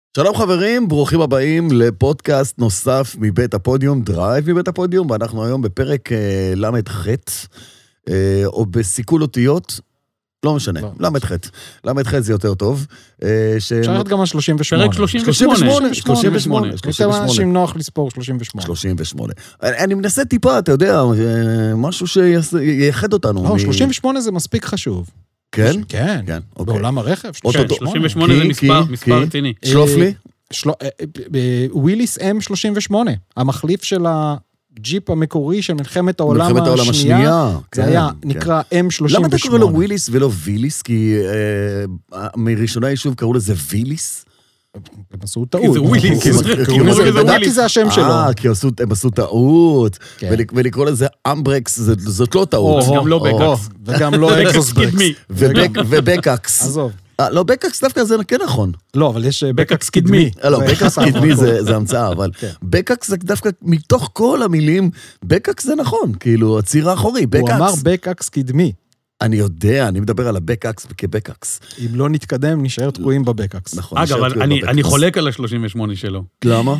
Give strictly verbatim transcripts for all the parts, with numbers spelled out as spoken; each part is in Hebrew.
שלום חברים, ברוכים הבאים לפודקאסט נוסף מבית הפודיום, דרייב מבית הפודיום, ואנחנו היום בפרק למד חט, או בסיכול אותיות, לא משנה, למד חט. למד חט זה יותר טוב. אפשר גם ה-שלושים ושמונה. פרק שלושים ושמונה. שלושים ושמונה. יותר אנשים נוח לספור שלושים ושמונה. שלושים ושמונה. אני מנסה טיפה, אתה יודע, משהו שייחד אותנו. לא, שלושים ושמונה זה מספיק חשוב. כן? כן. בעולם הרכב. שלושים ושמונה זה מספר רציני. שלוף לי? וויליס אם שלושים ושמונה. המחליף של הג'יפ המקורי של מלחמת העולם השנייה. זה היה נקרא אם שלושים ושמונה. למה אתה קורא לו וויליס ולא ויליס? כי מראשוני היישוב קראו לזה ויליס? הם עשו טעות. זה וויליס. לדעתי זה השם שלו. אה, כי הם עשו טעות. ולקרוא לזה אמברקס, זאת לא טעות. גם לא בקאקס. וגם לא אקסוסברקס. ובקאקס. עזוב. לא, בקאקס דווקא זה כן נכון. לא, אבל יש בקאקס קדמי. לא, בקאקס קדמי זה המצאה, אבל בקאקס זה דווקא מתוך כל המילים, בקאקס זה נכון, כאילו, הציר האחורי, בקאקס. הוא אמר בקאקס קדמי. אני יודע, אני מדבר על הבקאקס כבקאקס. אם לא נתקדם, נשאר תקועים בבקאקס. נכון, אגב, אני חולק על ה-שלושים ושמונה שלו. למה?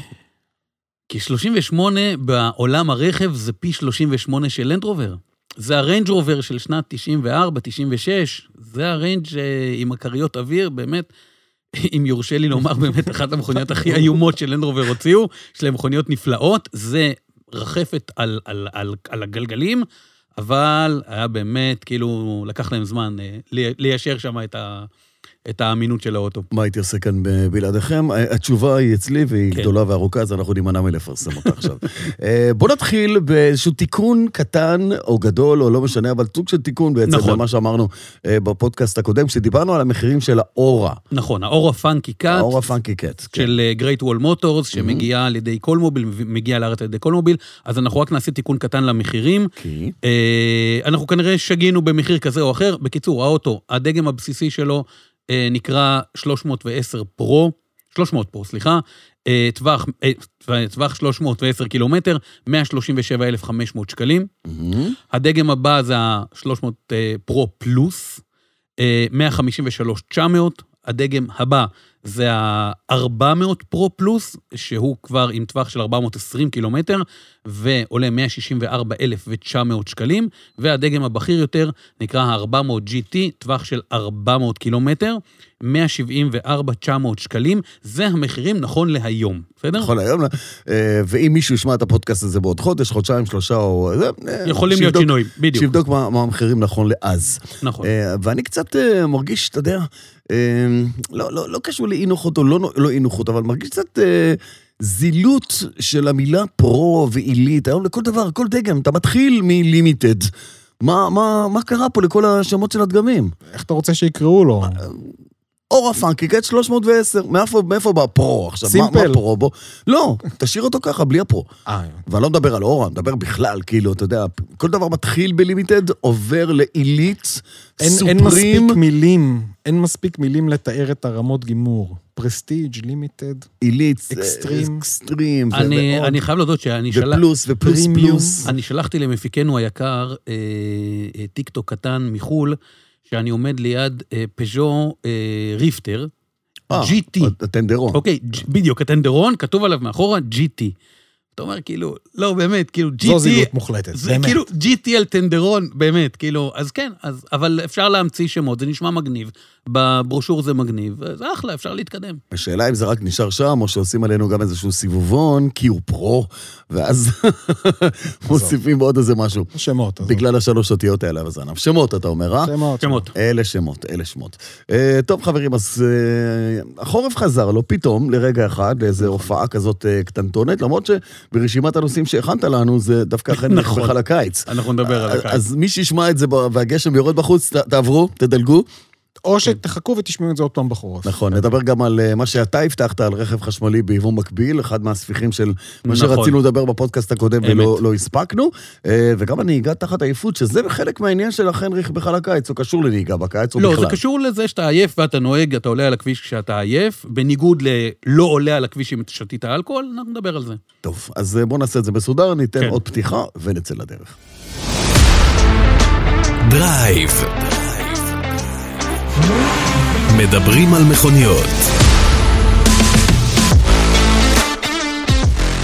כי שלושים ושמונה בעולם הרכב זה פי שלושים ושמונה של לנד רובר. זה הריינג' רובר של שנת תשעים וארבע תשעים ושש, זה הריינג' עם הקריות אוויר, באמת, אם יורשה לי לומר, באמת אחת המכוניות הכי איומות של לנד רובר הוציאו, יש להם מכוניות נפלאות, זה רחפת על, על, על, על הגלגלים, אבל היה באמת, כאילו, לקח להם זמן ליישר שם את ה... את האמינות של האוטו. מה הייתי עושה כאן בלעדיכם? התשובה היא אצלי והיא גדולה וארוכה, אז אנחנו נימנע מלפרסם אותה עכשיו. בוא נתחיל באיזשהו תיקון קטן או גדול, או לא משנה, אבל סוג של תיקון בעצם, למה שאמרנו בפודקאסט הקודם, כשדיברנו על המחירים של האורה. נכון, האורה פאנקי קאט. האורה פאנקי קאט. של גרייט וול מוטורס, שמגיעה על ידי קולמוביל, מגיעה לארץ על ידי קולמוביל, אז אנחנו רק נעשה תיקון קטן למחירים. אנחנו כנראה שגינו במחיר כזה או אחר. בקיצור, האוטו, הדגם הבסיסי שלו, נקרא שלוש מאות ועשר פרו, שלוש מאות פרו, סליחה, טווח, טווח שלוש מאות ועשר קילומטר, מאה שלושים ושבעה אלף וחמש מאות שקלים. הדגם הבא זה ה-שלוש מאות פרו פלוס, מאה חמישים ושלוש אלף תשע מאות. הדגם הבא זה ה-ארבע מאות פרו פלוס, שהוא כבר עם טווח של ארבע מאות ועשרים קילומטר, ועולה מאה שישים וארבעה אלף ותשע מאות שקלים, והדגם הבכיר יותר נקרא ה-ארבע מאות ג'י טי, טווח של ארבע מאות קילומטר, מאה שבעים וארבעה אלף תשע מאות שקלים, זה המחירים נכון להיום, בסדר? נכון להיום, ואם מישהו ישמע את הפודקאסט הזה בעוד חודש, חודשיים, שלושה, או... יכולים להיות שינויים, בדיוק. שיבדוק מה המחירים נכון לאז. נכון. ואני קצת מרגיש, אתה יודע, לא, לא, לא קשור לאינוחות או לא, לא אינוחות, אבל מרגיש קצת זילות של המילה פרו ועילית. היום לכל דבר, כל דגם, אתה מתחיל מלימיטד. מה, מה, מה קרה פה לכל השמות של הדגמים? איך אתה רוצה שיקראו לו? אורה פאנקי קאט שלוש מאות ועשר, מאיפה, מאיפה בא פרו עכשיו? סימפל. מה, מה פרו בו? לא, תשאיר אותו ככה, בלי הפרו. ואני לא מדבר על אורה, אני מדבר בכלל, כאילו, אתה יודע, כל דבר מתחיל בלימיטד, עובר לעילית, סופרים. אין מספיק מילים, אין מספיק מילים לתאר את הרמות גימור. פרסטיג', לימיטד, עילית, אקסטרים. אקסטרים. אני, אני חייב להודות שאני שלח... ופלוס, ופלוס, פלוס. אני שלחתי למפיקנו היקר, אה, אה, טיקטוק קטן מחול, שאני עומד ליד אה, פז'ו אה, ריפטר, ג'י טי. הטנדרון. אוקיי, בדיוק, הטנדרון, כתוב עליו מאחורה, ג'י טי. אתה אומר, כאילו, לא, באמת, כאילו, ג'י טי... זו זילות מוחלטת, זה באמת. כאילו, ג'י טי על טנדרון, באמת, כאילו, אז כן, אז, אבל אפשר להמציא שמות, זה נשמע מגניב, בברושור זה מגניב, זה אחלה, אפשר להתקדם. השאלה אם זה רק נשאר שם, או שעושים עלינו גם איזשהו סיבובון, כי הוא פרו, ואז מוסיפים עוד איזה משהו. שמות. בגלל השלוש אותיות האלה, אבל זה ענף. שמות, אתה אומר, אה? שמות. שמות. אלה שמות, אלה שמות. טוב, חברים, אז החורף חזר לו פתאום, לרגע אחד, לאיזו הופעה כזאת קטנטונת, למרות שברשימת הנושאים שהכנת לנו, זה דווקא אכן נכבך לקיץ. אנחנו נדבר על הקיץ. אז מי שישמע את זה והגשם יורד בחוץ, תעברו, תדלגו. או שתחכו ותשמעו את זה עוד פעם בחורף. נכון, נדבר גם על מה שאתה הבטחת על רכב חשמלי ביבוא מקביל, אחד מהספיחים של מה שרצינו לדבר בפודקאסט הקודם ולא הספקנו, וגם הנהיגה תחת עייפות, שזה חלק מהעניין של אכן רכב על הקיץ, הוא קשור לנהיגה בקיץ או בכלל. לא, זה קשור לזה שאתה עייף ואתה נוהג, אתה עולה על הכביש כשאתה עייף, בניגוד ללא עולה על הכביש אם שתית אלכוהול, אנחנו נדבר על זה. טוב, אז בוא נעשה את זה מסודר, ניתן עוד פתיחה ונצא לדרך. דרייב. מדברים על מכוניות.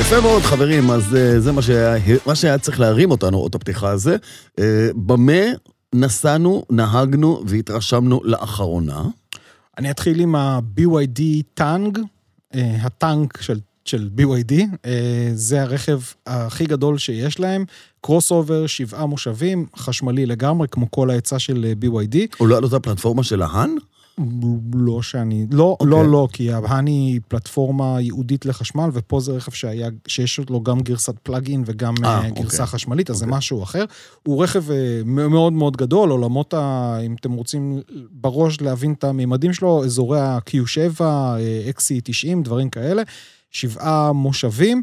יפה מאוד, חברים, אז זה מה שהיה, מה שהיה צריך להרים אותנו, אות הפתיחה הזה. במה נסענו, נהגנו והתרשמנו לאחרונה? אני אתחיל עם ה-בי וואי די טאנג, הטאנק של, של בי וואי די, זה הרכב הכי גדול שיש להם, קרוס אובר, שבעה מושבים, חשמלי לגמרי, כמו כל ההצעה של בי וואי די. הוא לא על אותה פלטפורמה של ההן? לא שאני, לא, okay. לא, לא, כי ההן היא פלטפורמה ייעודית לחשמל, ופה זה רכב שהיה, שיש לו גם גרסת פלאגין וגם 아, גרסה okay. חשמלית, אז okay. זה משהו אחר. הוא רכב מאוד מאוד גדול, עולמות, ה, אם אתם רוצים בראש להבין את הממדים שלו, אזורי ה-קיו שבע, אקס סי תשעים, דברים כאלה, שבעה מושבים.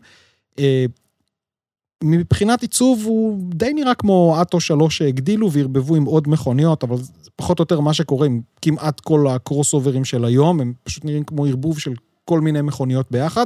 מבחינת עיצוב הוא די נראה כמו אטו שלוש שהגדילו והרבבו עם עוד מכוניות, אבל פחות או יותר מה שקורה עם כמעט כל הקרוס אוברים של היום, הם פשוט נראים כמו ערבוב של כל מיני מכוניות ביחד.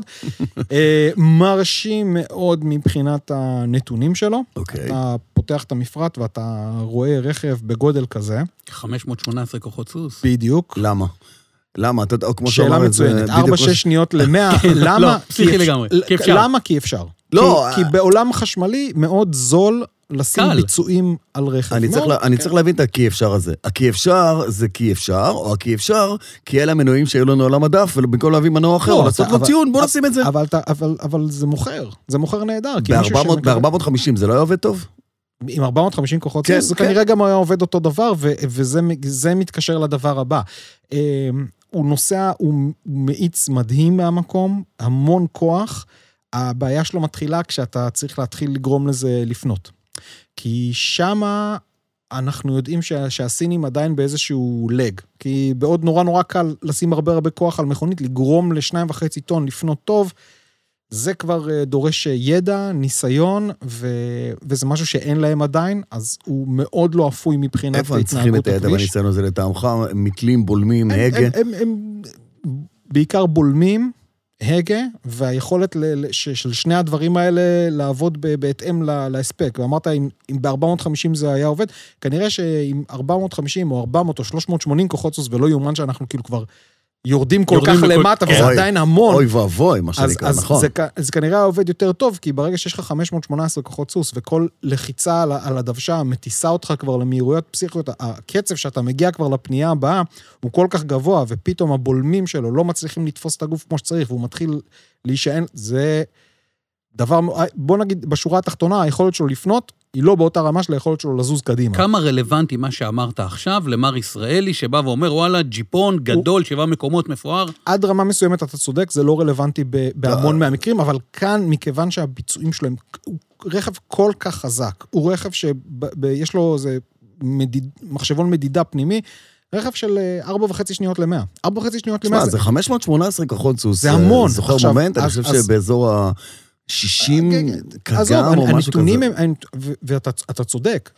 מרשים מאוד מבחינת הנתונים שלו. אתה פותח את המפרט ואתה רואה רכב בגודל כזה. חמש מאות שמונה עשרה כוחות סוס. בדיוק. למה? למה? שאלה מצוינת. ארבע שש שניות למאה. למה? לא, פסיכי לגמרי. כי אפשר. למה? כי אפשר. לא. כי בעולם חשמלי מאוד זול לשים ביצועים על רכב. אני צריך להבין את הכי אפשר הזה. הכי אפשר זה כי אפשר, או הכי אפשר, כי אלה המנועים שהיו לנו על המדף, ובמקום להביא מנוע אחר, או לעשות לו ציון, בוא נשים את זה. אבל זה מוכר. זה מוכר נהדר. ב-ארבע מאות וחמישים זה לא היה עובד טוב? עם ארבע מאות וחמישים כוחות סוס, זה כנראה גם היה עובד אותו דבר, וזה מתקשר לדבר הבא. הוא נוסע, הוא מאיץ מדהים מהמקום, המון כוח, הבעיה שלו מתחילה כשאתה צריך להתחיל לגרום לזה לפנות. כי שמה אנחנו יודעים שה, שהסינים עדיין באיזשהו לג, כי בעוד נורא נורא קל לשים הרבה הרבה כוח על מכונית, לגרום לשניים וחצי טון לפנות טוב, זה כבר דורש ידע, ניסיון, ו... וזה משהו שאין להם עדיין, אז הוא מאוד לא אפוי מבחינת התנהגות הכביש. איפה הם צריכים את הידע והניסיון הזה לטעמך? מתלים, בולמים, הם, הגה? הם, הם, הם בעיקר בולמים, הגה, והיכולת ל... של שני הדברים האלה לעבוד בהתאם להספק. ואמרת, אם, אם ב-ארבע מאות וחמישים זה היה עובד, כנראה שעם ארבע מאות וחמישים או ארבע מאות או שלוש מאות ושמונים כוחות סוס, ולא יומן שאנחנו כאילו כבר יורדים כל כך למטה, וזה עדיין המון. אוי ואבוי, מה שנקרא, נכון. זה כנראה עובד יותר טוב, כי ברגע שיש לך חמש מאות שמונה עשרה כוחות סוס, וכל לחיצה על הדוושה מטיסה אותך כבר למהירויות פסיכיות, הקצב שאתה מגיע כבר לפנייה הבאה, הוא כל כך גבוה, ופתאום הבולמים שלו לא מצליחים לתפוס את הגוף כמו שצריך, והוא מתחיל להישען, זה דבר, בוא נגיד, בשורה התחתונה, היכולת שלו לפנות, היא לא באותה רמה של היכולת שלו לזוז קדימה. כמה רלוונטי מה שאמרת עכשיו למר ישראלי, שבא ואומר, וואלה, ג'יפון גדול, שבע מקומות מפואר? עד רמה מסוימת אתה צודק, זה לא רלוונטי בהמון מהמקרים, אבל כאן, מכיוון שהביצועים שלהם, הוא רכב כל כך חזק, הוא רכב שיש לו איזה מחשבון מדידה פנימי, רכב של ארבע וחצי שניות למאה. ארבע וחצי שניות למאה. זה חמש מאות שמונה עשרה כוחות סוס. זה המון. זוכר מומנט, אני חושב שבאזור ה... שישים קגם או משהו כזה. ואתה צודק,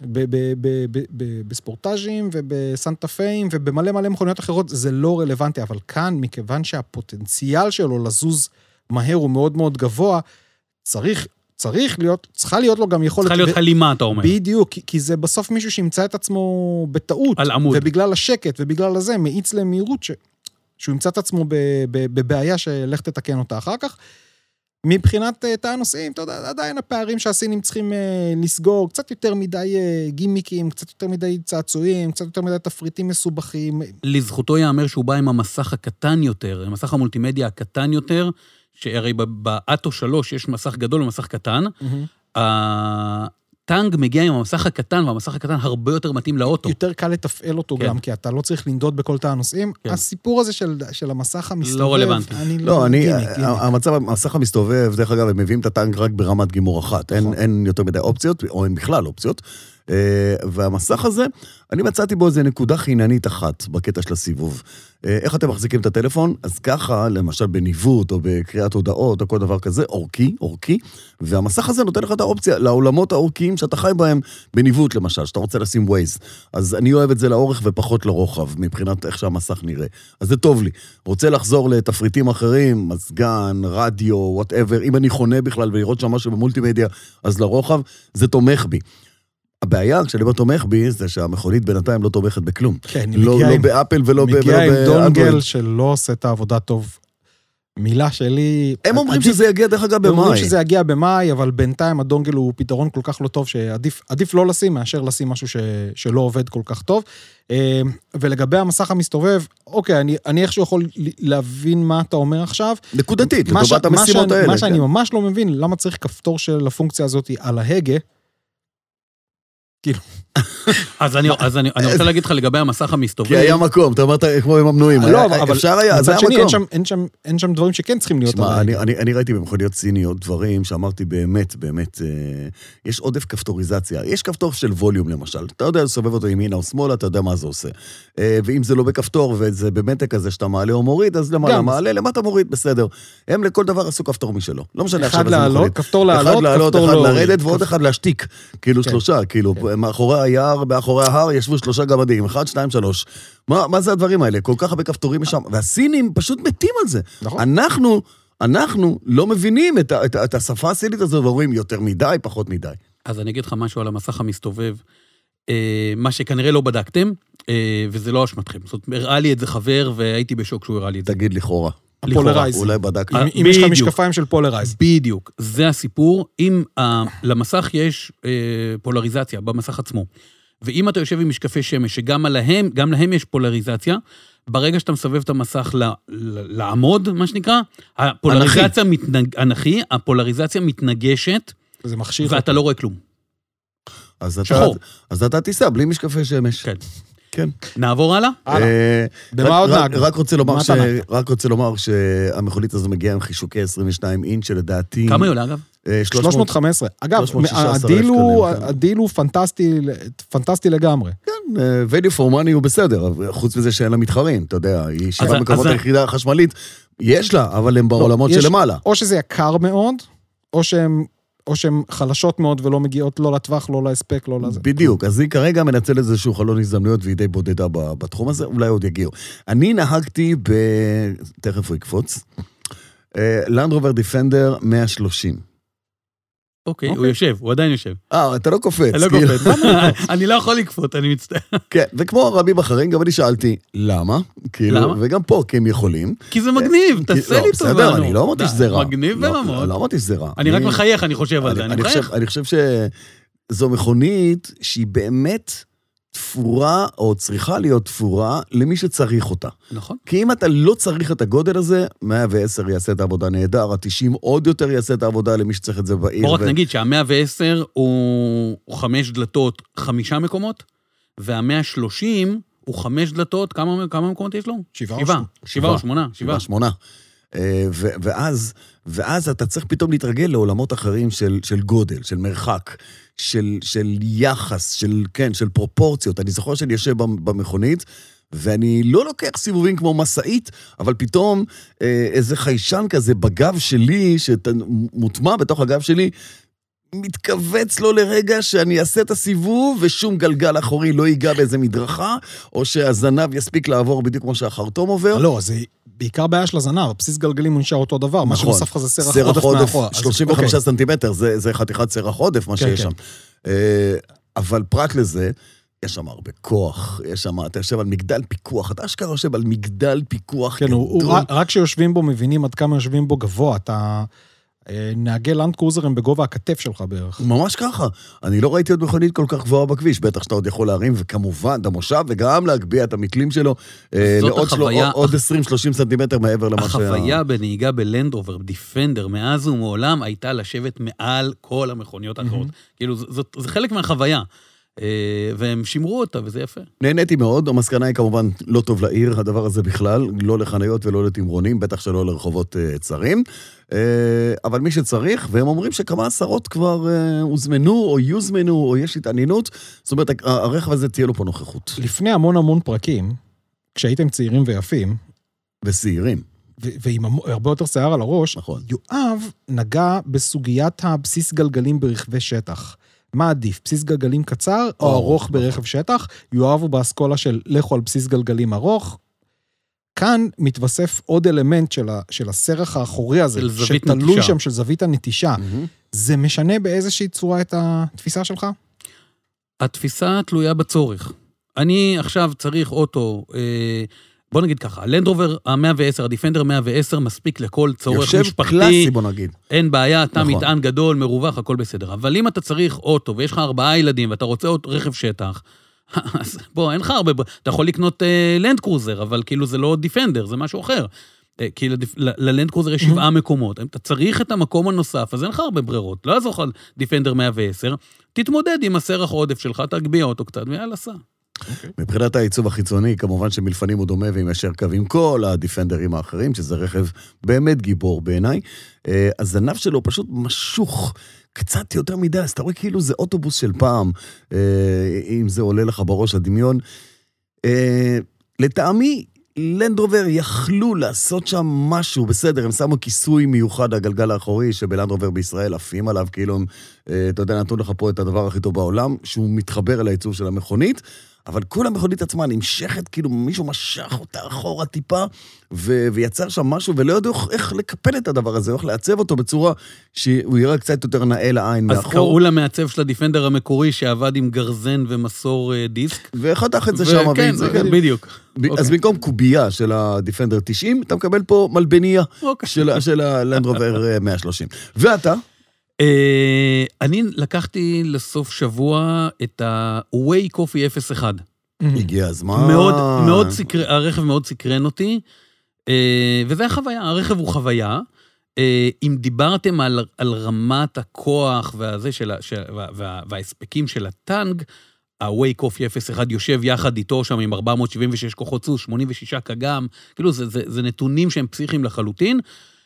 בספורטאז'ים ובסנטה-פיים ובמלא מלא מכוניות אחרות, זה לא רלוונטי, אבל כאן, מכיוון שהפוטנציאל שלו לזוז מהר הוא מאוד מאוד גבוה, צריך, צריך להיות, צריכה להיות לו גם יכולת... צריכה להיות חלימה, אתה אומר. בדיוק, כי זה בסוף מישהו שימצא את עצמו בטעות, על עמוד. ובגלל השקט ובגלל הזה, מאיץ למהירות שהוא ימצא את עצמו בבעיה שלך תתקן אותה אחר כך, מבחינת תא הנושאים, אתה יודע, עדיין הפערים שהסינים צריכים לסגור, קצת יותר מדי גימיקים, קצת יותר מדי צעצועים, קצת יותר מדי תפריטים מסובכים. לזכותו יאמר שהוא בא עם המסך הקטן יותר, המסך המולטימדיה הקטן יותר, שהרי באטו שלוש יש מסך גדול ומסך קטן, הטנג מגיע עם המסך הקטן, והמסך הקטן הרבה יותר מתאים לאוטו. יותר קל לתפעל אותו גם, כי אתה לא צריך לנדוד בכל תא הנושאים. הסיפור הזה של המסך המסתובב, לא רלוונטי. לא, אני, המצב, המסך המסתובב, דרך אגב, הם מביאים את הטנג רק ברמת גימור אחת. אין יותר מדי אופציות, או אין בכלל אופציות. והמסך הזה, אני מצאתי בו איזה נקודה חיננית אחת בקטע של הסיבוב. איך אתם מחזיקים את הטלפון? אז ככה, למשל בניווט או בקריאת הודעות או כל דבר כזה, אורכי, אורכי, והמסך הזה נותן לך את האופציה לעולמות האורכיים שאתה חי בהם בניווט למשל, שאתה רוצה לשים ווייז. אז אני אוהב את זה לאורך ופחות לרוחב, מבחינת איך שהמסך נראה. אז זה טוב לי. רוצה לחזור לתפריטים אחרים, מזגן, רדיו, whatever, אם אני חונה בכלל ולראות שם משהו במולטימדיה, אז לרוחב, זה תומך בי. הבעיה, כשאני לא תומך בי, זה שהמכונית בינתיים לא תומכת בכלום. כן, לא, לא עם, באפל ולא מגיע עם דונגל שלא עושה את העבודה טוב. מילה שלי... הם אומרים שזה יגיע דרך אגב במאי. הם אומרים שזה יגיע במאי, אבל בינתיים הדונגל הוא פתרון כל כך לא טוב, שעדיף לא לשים, מאשר לשים משהו שלא עובד כל כך טוב. ולגבי המסך המסתובב, אוקיי, אני, אני איכשהו יכול להבין מה אתה אומר עכשיו. נקודתית, לטובת המשימות האלה. מה שאני ממש לא מבין, למה צריך כפתור של הפונקציה הזאת על ההגה, כאילו... אז אני, אז אני, אני רוצה להגיד לך לגבי המסך המסתובב. כי היה מקום, אתה אמרת כמו עם המנועים. לא, אבל אפשר היה, זה היה שני, מקום. אין שם, אין שם, אין שם דברים שכן צריכים להיות. שמה, אני, אני, אני ראיתי במכוניות סיניות דברים שאמרתי באמת, באמת, אה, יש עודף כפתוריזציה. יש כפתור של ווליום למשל. אתה יודע לסובב אותו ימינה או שמאלה, אתה יודע מה זה עושה. אה, ואם זה לא בכפתור, וזה במתק הזה שאתה מעלה או מוריד, אז למעלה מעלה, למטה מוריד, בסדר. הם לכל דבר עשו כפתור משלו. לא משנה עכשיו איזה מכונית. כפתור לעלות, אחד לעלות, אחד לרדת, ועוד אחד להשתיק. כאילו שלושה, כאילו, מאחורי היער, מאחורי ההר ישבו שלושה גמדים, אחד, שתיים, שלוש. מה, מה זה הדברים האלה? כל כך הרבה כפתורים משם, והסינים פשוט מתים על זה. נכון. אנחנו, אנחנו לא מבינים את, את, את השפה הסינית הזו, ואומרים יותר מדי, פחות מדי. אז אני אגיד לך משהו על המסך המסתובב, אה, מה שכנראה לא בדקתם, אה, וזה לא אשמתכם. זאת אומרת, הראה לי את זה חבר, והייתי בשוק שהוא הראה לי את זה. תגיד לכאורה. הפולרייז. אולי בדקת. אם יש לך משקפיים של פולרייז. בדיוק, זה הסיפור. אם למסך יש פולריזציה, במסך עצמו, ואם אתה יושב עם משקפי שמש, שגם להם, גם להם יש פולריזציה, ברגע שאתה מסובב את המסך לעמוד, מה שנקרא, הפולריזציה מתנג... אנכי, הפולריזציה מתנגשת, זה מכשיר ואתה לא רואה כלום. אז אתה, אז אתה תיסע בלי משקפי שמש. כן. כן. נעבור הלאה? במה עוד נהג? רק רוצה לומר ש... רק רוצה לומר שהמכונית הזו מגיעה עם חישוקי עשרים ושניים אינץ' שלדעתי... כמה היא עולה אגב? שלוש מאות וחמש עשרה. אגב, הדיל הוא פנטסטי, פנטסטי לגמרי. כן, value for money הוא בסדר, חוץ מזה שאין לה מתחרים, אתה יודע, היא שבעה מקומות היחידה החשמלית, יש לה, אבל הם בעולמות שלמעלה. או שזה יקר מאוד, או שהם... או שהן חלשות מאוד ולא מגיעות לא לטווח, לא להספק, לא לזה. בדיוק, אז היא כרגע מנצלת איזשהו חלון הזדמנויות והיא די בודדה בתחום הזה, אולי עוד יגיעו. אני נהגתי ב... תכף הוא יקפוץ. Land Rover Defender מאה שלושים. אוקיי, הוא יושב, הוא עדיין יושב. אה, אתה לא קופץ. אני לא קופץ. אני לא יכול לקפוט, אני מצטער. כן, וכמו רבים אחרים, גם אני שאלתי, למה? למה? וגם פה, כי הם יכולים. כי זה מגניב, תעשה לי טובה. בסדר, אני לא אמרתי שזה רע. מגניב ברמות. לא אמרתי שזה רע. אני רק מחייך, אני חושב על זה, אני מחייך. אני חושב שזו מכונית שהיא באמת תפורה, או צריכה להיות תפורה, למי שצריך אותה. נכון. כי אם אתה לא צריך את הגודל הזה, מאה ועשר יעשה את העבודה נהדר, ה-תשעים עוד יותר יעשה את העבודה למי שצריך את זה בעיר. בוא רק נגיד שה-מאה ועשר הוא חמש דלתות, חמישה מקומות, וה-מאה ושלושים הוא חמש דלתות, כמה מקומות יש לו? שבעה. שבעה, שבעה או שמונה. שבעה, שמונה. ואז, ואז אתה צריך פתאום להתרגל לעולמות אחרים של, של גודל, של מרחק, של, של יחס, של, כן, של פרופורציות. אני זוכר שאני יושב במכונית, ואני לא לוקח סיבובים כמו מסעית, אבל פתאום איזה חיישן כזה בגב שלי, שמוטמע בתוך הגב שלי, מתכווץ לו לרגע שאני אעשה את הסיבוב, ושום גלגל אחורי לא ייגע באיזה מדרכה, או שהזנב יספיק לעבור בדיוק כמו שהחרטום עובר. לא, זה בעיקר בעיה של הזנב, הבסיס גלגלים הוא נשאר אותו דבר, מה שנוסף לך זה סרח עודף מאחורה. שלושים וחמישה סנטימטר, זה חתיכת סרח עודף, מה שיש שם. אבל פרט לזה, יש שם הרבה כוח, יש שם, אתה יושב על מגדל פיקוח, אתה אשכרה יושב על מגדל פיקוח גדול. רק שיושבים בו, מבינים עד כמה יושבים בו גבוה, אתה... נהגי לנד קרוזר הם בגובה הכתף שלך בערך. ממש ככה. אני לא ראיתי עוד מכונית כל כך גבוהה בכביש, בטח שאתה עוד יכול להרים, וכמובן, את המושב, וגם להגביע את המתלים שלו, לעוד עשרים שלושים סנטימטר מעבר למה שה... החוויה בנהיגה בלנד רובר דיפנדר, מאז ומעולם, הייתה לשבת מעל כל המכוניות האחרות. כאילו, זה חלק מהחוויה. והם שימרו אותה, וזה יפה. נהניתי מאוד, המסקנה היא כמובן לא טוב לעיר, הדבר הזה בכלל, לא לחניות ולא לתמרונים, בטח שלא לרחובות צרים, אבל מי שצריך, והם אומרים שכמה עשרות כבר הוזמנו, או יוזמנו, או יש התעניינות, זאת אומרת, הרכב הזה תהיה לו פה נוכחות. לפני המון המון פרקים, כשהייתם צעירים ויפים, וצעירים. ועם הרבה יותר שיער על הראש, נכון. יואב נגע בסוגיית הבסיס גלגלים ברכבי שטח. מה עדיף, בסיס גלגלים קצר או ארוך ברכב שטח? יואב הוא באסכולה של לכו על בסיס גלגלים ארוך. כאן מתווסף עוד אלמנט של, ה, של הסרח האחורי הזה, שתלוי נטישה. שם של זווית הנטישה. Mm-hmm. זה משנה באיזושהי צורה את התפיסה שלך? התפיסה תלויה בצורך. אני עכשיו צריך אוטו אה, בוא נגיד ככה, הלנדרובר ה-מאה ועשר, הדיפנדר מאה ועשר, מספיק לכל צורך משפחתי. יושב קלאסי, בוא נגיד. אין בעיה, אתה נכון. מטען גדול, מרווח, הכל בסדר. אבל אם אתה צריך אוטו, ויש לך ארבעה ילדים, ואתה רוצה עוד רכב שטח, אז בוא, אין לך הרבה, אתה יכול לקנות אה, לנד קרוזר, אבל כאילו זה לא דיפנדר, זה משהו אחר. אה, כי לדיפ, ל, ללנד קרוזר יש שבעה מקומות. אם אתה צריך את המקום הנוסף, אז אין לך הרבה ברירות. לא יעזור לך דיפנדר מאה ועשר, תתמודד עם הסרח עודף שלך, תגביע אותו קצת, ויאללה, סע. Okay. מבחינת העיצוב החיצוני, כמובן שמלפנים הוא דומה ועם ישר קו עם כל הדיפנדרים האחרים, שזה רכב באמת גיבור בעיניי. הזנב שלו פשוט משוך קצת יותר מדי, אז אתה רואה כאילו זה אוטובוס של פעם, אם זה עולה לך בראש הדמיון. לטעמי, לנדרובר יכלו לעשות שם משהו, בסדר, הם שמו כיסוי מיוחד הגלגל האחורי, שבלנדרובר בישראל עפים עליו, כאילו, אתה יודע, נתנו לך פה את הדבר הכי טוב בעולם, שהוא מתחבר אל העיצוב של המכונית, אבל כל המכונית עצמה נמשכת, כאילו מישהו משך אותה אחורה טיפה, ו- ויצר שם משהו, ולא יודע איך לקפל את הדבר הזה, איך לעצב אותו בצורה שהוא יראה קצת יותר נאה לעין אז מאחור. אז קראו למעצב של הדיפנדר המקורי, שעבד עם גרזן ומסור דיסק. וחתך את זה שם. כן, בדיוק. אז במקום קובייה של הדיפנדר תשעים, אתה מקבל פה מלבניה של הלנדרובר מאה ושלושים. ואתה? אני לקחתי לסוף שבוע את ה-Way Coffee אפס אחת. הגיע הזמן. מאוד, מאוד סקר, הרכב מאוד סקרן אותי, וזה החוויה, הרכב הוא חוויה. אם דיברתם על, על רמת הכוח והזה של, של, וה, וה, וההספקים של הטנג, ה-Way Coffee אפס אחת יושב יחד איתו שם עם ארבע מאות שבעים ושש כוחות סוס, שמונים ושישה קגם, כאילו זה, זה, זה נתונים שהם פסיכיים לחלוטין.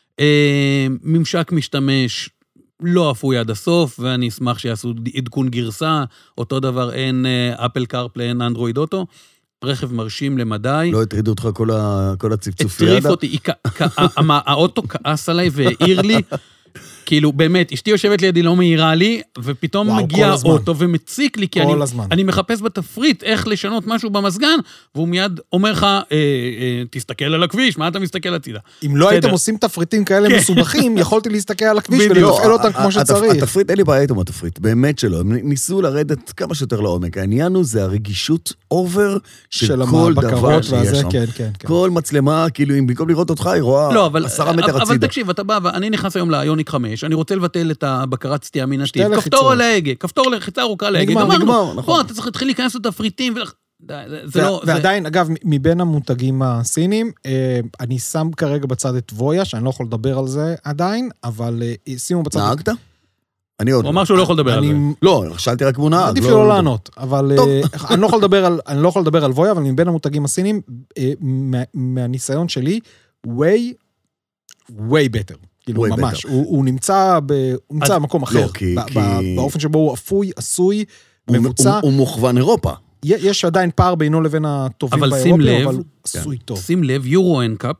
ממשק משתמש לא אפוי עד הסוף, ואני אשמח שיעשו עדכון גרסה, אותו דבר אין אפל קארפליי, אין אנדרואיד אוטו, רכב מרשים למדי. לא הטרידו אותך כל הצפצופי הטריף אותי, האוטו כעס עליי והעיר לי, כאילו באמת, אשתי יושבת לידי לא מהירה לי, ופתאום וואו, מגיע אוטו ומציק לי, כי אני, אני מחפש בתפריט איך לשנות משהו במסגן, והוא מיד אומר לך, אה, אה, תסתכל על הכביש, מה אתה מסתכל הצידה? אם לא הייתם עושים תפריטים כאלה כן. מסובכים, יכולתי להסתכל על הכביש ולפעל אותם כמו שצריך. התפריט, אין לי בעיה איתו מהתפריט, באמת שלא, הם ניסו לרדת כמה שיותר לעומק, העניין הוא זה הרגישות אובר של, של כל דבר שיש שם. כן, כן, כן. כל מצלמה, כאילו אם במקום לראות אותך, היא רואה לא, אבל, עשרה מטר אבל, הצידה. אבל תקשיב, אתה בא, ואני נכנס היום ליוניק חמש, אני רוצה לבטל את הבקרת סטייה מן נתיב, כפתור על ההגה, כפתור לחיצה ארוכה על ההגה, נגמר, נגמר, נכון. בוא, אתה צריך להתחיל להיכנס לתפריטים, זה לא... ועדיין, אגב, מבין המותגים הסינים, אני שם כרגע בצד את וויה, שאני לא יכול לדבר על זה עדיין, אבל שימו בצד... נהגת? אני עוד... הוא אמר שהוא לא יכול לדבר על זה. לא, שאלתי רק מונהג. עדיף שלא לענות, אבל אני לא יכול לדבר על וויה, אבל מבין המותגים הסינים, מהניסיון שלי, ווי, ווי בטר. כאילו ממש, הוא נמצא במקום אחר, באופן שבו הוא אפוי, עשוי, מבוצע. הוא מוכוון אירופה. יש עדיין פער בינו לבין הטובים באירופה, אבל עשוי טוב. שים לב, יורו אנקאפ,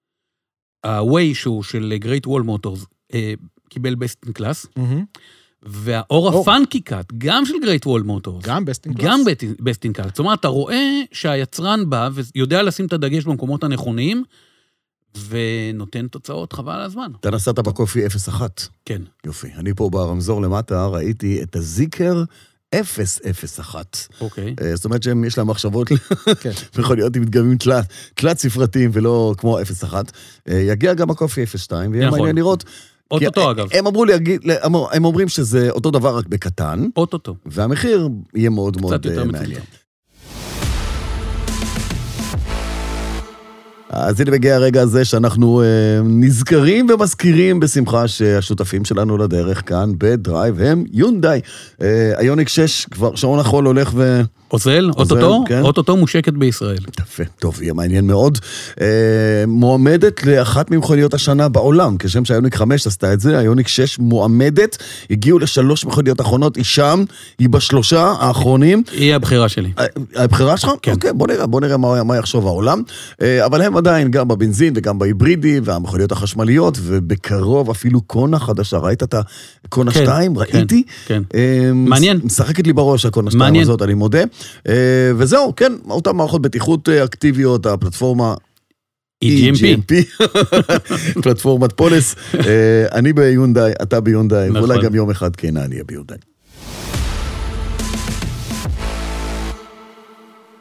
הווי שהוא של גרייט וול מוטורס, קיבל בסט אין קלאס, והאור הפאנקי קאט, גם של גרייט וול מוטורס, גם בסט אין קלאס. גם בסט אין קלאס. זאת אומרת, אתה רואה שהיצרן בא ויודע לשים את הדגש במקומות הנכונים, ונותן תוצאות חבל על הזמן. אתה נסעת בקופי אפס אחת. כן. יופי. אני פה ברמזור למטה ראיתי את הזיקר אפס אפס אחת. אוקיי. זאת אומרת שיש להם מחשבות, יכול להיות עם דגמים תלת ספרתיים ולא כמו אפס אחת. יגיע גם הקופי אפס שתיים, ויהיה מעניין לראות. אוטוטו אגב. הם אמרו לי, הם אומרים שזה אותו דבר רק בקטן. אוטוטו. והמחיר יהיה מאוד מאוד מעניין. אז הנה מגיע הרגע הזה שאנחנו אה, נזכרים ומזכירים בשמחה שהשותפים שלנו לדרך כאן בדרייב הם יונדאי. אה, היוניק שש כבר שעון החול הולך ו... אוזל, אוטוטו, כן? אוטוטו מושקת בישראל. יפה, טוב, יהיה מעניין מאוד. אה, מועמדת לאחת ממכוניות השנה בעולם, כשם שהיוניק חמש עשתה את זה, היוניק שש מועמדת, הגיעו לשלוש מכוניות האחרונות, היא שם, היא בשלושה האחרונים. היא הבחירה שלי. הבחירה שלך? כן. אוקיי, בוא נראה, בוא נראה מה, מה יחשוב העולם. אה, אבל הם עדיין גם בבנזין וגם בהיברידי, והמכוניות החשמליות, ובקרוב אפילו קונה חדשה. ראית את הקונה כן, שתיים? כן, ראיתי. כן. אה, מעניין. משחקת לי בראש הקונה שתיים הזאת, אני מודה. וזהו, כן, אותן מערכות בטיחות אקטיביות, הפלטפורמה אי ג'י אם פי. פלטפורמת פולס. אני ביונדאי, אתה ביונדאי, ואולי גם יום אחד כן, אני אהיה ביונדאי.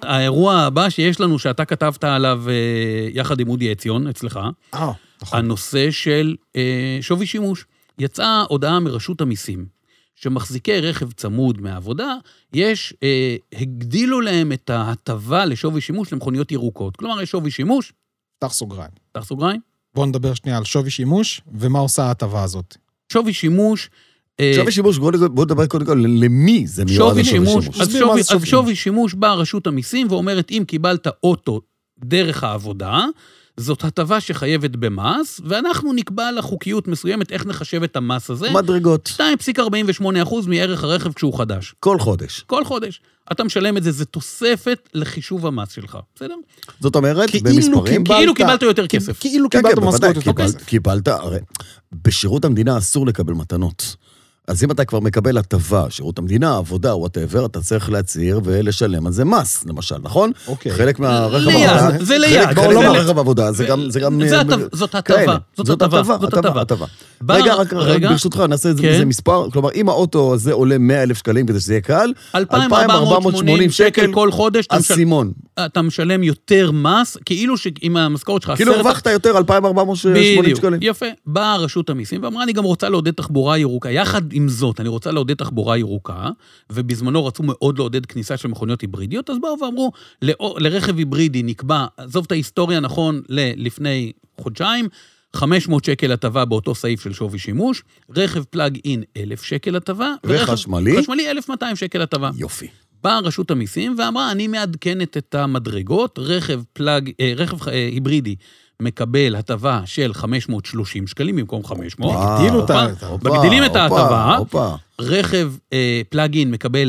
האירוע הבא שיש לנו, שאתה כתבת עליו יחד עם אודי עציון, אצלך, הנושא של שווי שימוש. יצאה הודעה מרשות המיסים, שמחזיקי רכב צמוד מהעבודה, יש, הגדילו להם את ההטבה לשווי שימוש למכוניות ירוקות. כלומר, יש שווי שימוש. פתח סוגריים. פתח סוגריים. בואו נדבר שנייה על שווי שימוש, ומה עושה ההטבה הזאת. שווי שימוש, שווי שימוש, בואו נדבר קודם כל, למי זה מיועד לשווי שימוש? אז שווי שימוש באה רשות המיסים ואומרת, אם קיבלת אוטו דרך העבודה, זאת הטבה שחייבת במס, ואנחנו נקבע לחוקיות מסוימת איך נחשב את המס הזה. מדרגות. שתיים נקודה ארבעים ושמונה אחוז מערך הרכב כשהוא חדש. כל חודש. כל חודש. אתה משלם את זה, זה תוספת לחישוב המס שלך, בסדר? זאת אומרת, במספרים... כאילו קיבלת יותר כסף. כאילו קיבלת משכורת יותר כסף. קיבלת, הרי, בשירות המדינה אסור לקבל מתנות. אז אם אתה כבר מקבל הטבה, שירות המדינה, עבודה, whatever, אתה צריך להצהיר ולשלם על זה מס, למשל, נכון? אוקיי. חלק מהרכב עבודה. זה ליד. חלק מהרכב עבודה, זה גם... זאת הטבה. זאת הטבה. זאת הטבה. רגע, רק ברשותך, נעשה את זה מספר, כלומר, אם האוטו הזה עולה מאה אלף שקלים, כדי שזה יהיה קל, אלפיים ארבע מאות שמונים שקל כל חודש, הסימון. אתה משלם יותר מס, כאילו שעם המשכורת שלך... כאילו הרווחת יותר אלפיים ארבע מאות שמונים שקלים. יפה. באה רשות המיסים ואמרה, אני גם רוצה לעודד תחבורה ירוקה. יחד עם זאת, אני רוצה לעודד תחבורה ירוקה, ובזמנו רצו מאוד לעודד כניסה של מכוניות היברידיות, אז באו ואמרו, לרכב היברידי נקבע, עזוב את ההיסטוריה נכון לפני חודשיים, חמש מאות שקל הטבה באותו סעיף של שווי שימוש, רכב פלאג אין אלף שקל הטבה, וחשמלי? חשמלי אלף ומאתיים שקל הטבה. יופי. באה רשות המיסים ואמרה, אני מעדכנת את המדרגות, רכב פלאג, רכב היברידי, מקבל הטבה של חמש מאות ושלושים שקלים במקום חמש מאות. הגדילו את ההטבה. מגדילים את ההטבה. רכב פלאגין מקבל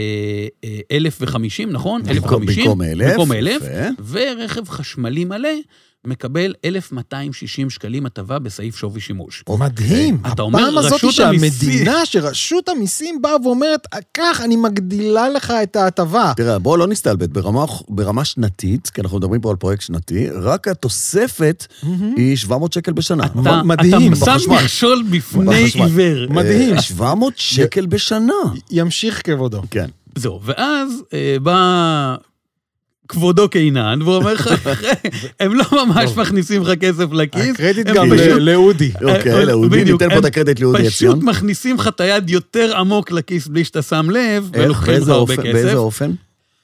אלף וחמישים, נכון? במקום אלף. במקום אלף. ורכב חשמלי מלא מקבל אלף מאתיים ושישים שקלים הטבה בסעיף שווי שימוש. מדהים. הפעם הזאת שהמדינה, שרשות המיסים באה ואומרת, כך אני מגדילה לך את ההטבה. תראה, בואו לא נסתלבט, ברמה, ברמה שנתית, כי אנחנו מדברים פה על פרויקט שנתי, רק התוספת היא שבע מאות שקל בשנה. אתה, מדהים. אתה שם מכשול בפני עיוור. מדהים. שבע מאות שקל בשנה. ימשיך כבודו. כן. זהו, ואז בא... כבודו קינן, והוא אומר לך, הם לא ממש מכניסים לך כסף לכיס. הקרדיט גם לאודי. אוקיי, לאודי, ניתן פה את הקרדיט לאודי עציון. פשוט מכניסים לך את היד יותר עמוק לכיס בלי שאתה שם לב, ולוקחים לך הרבה כסף. באיזה אופן?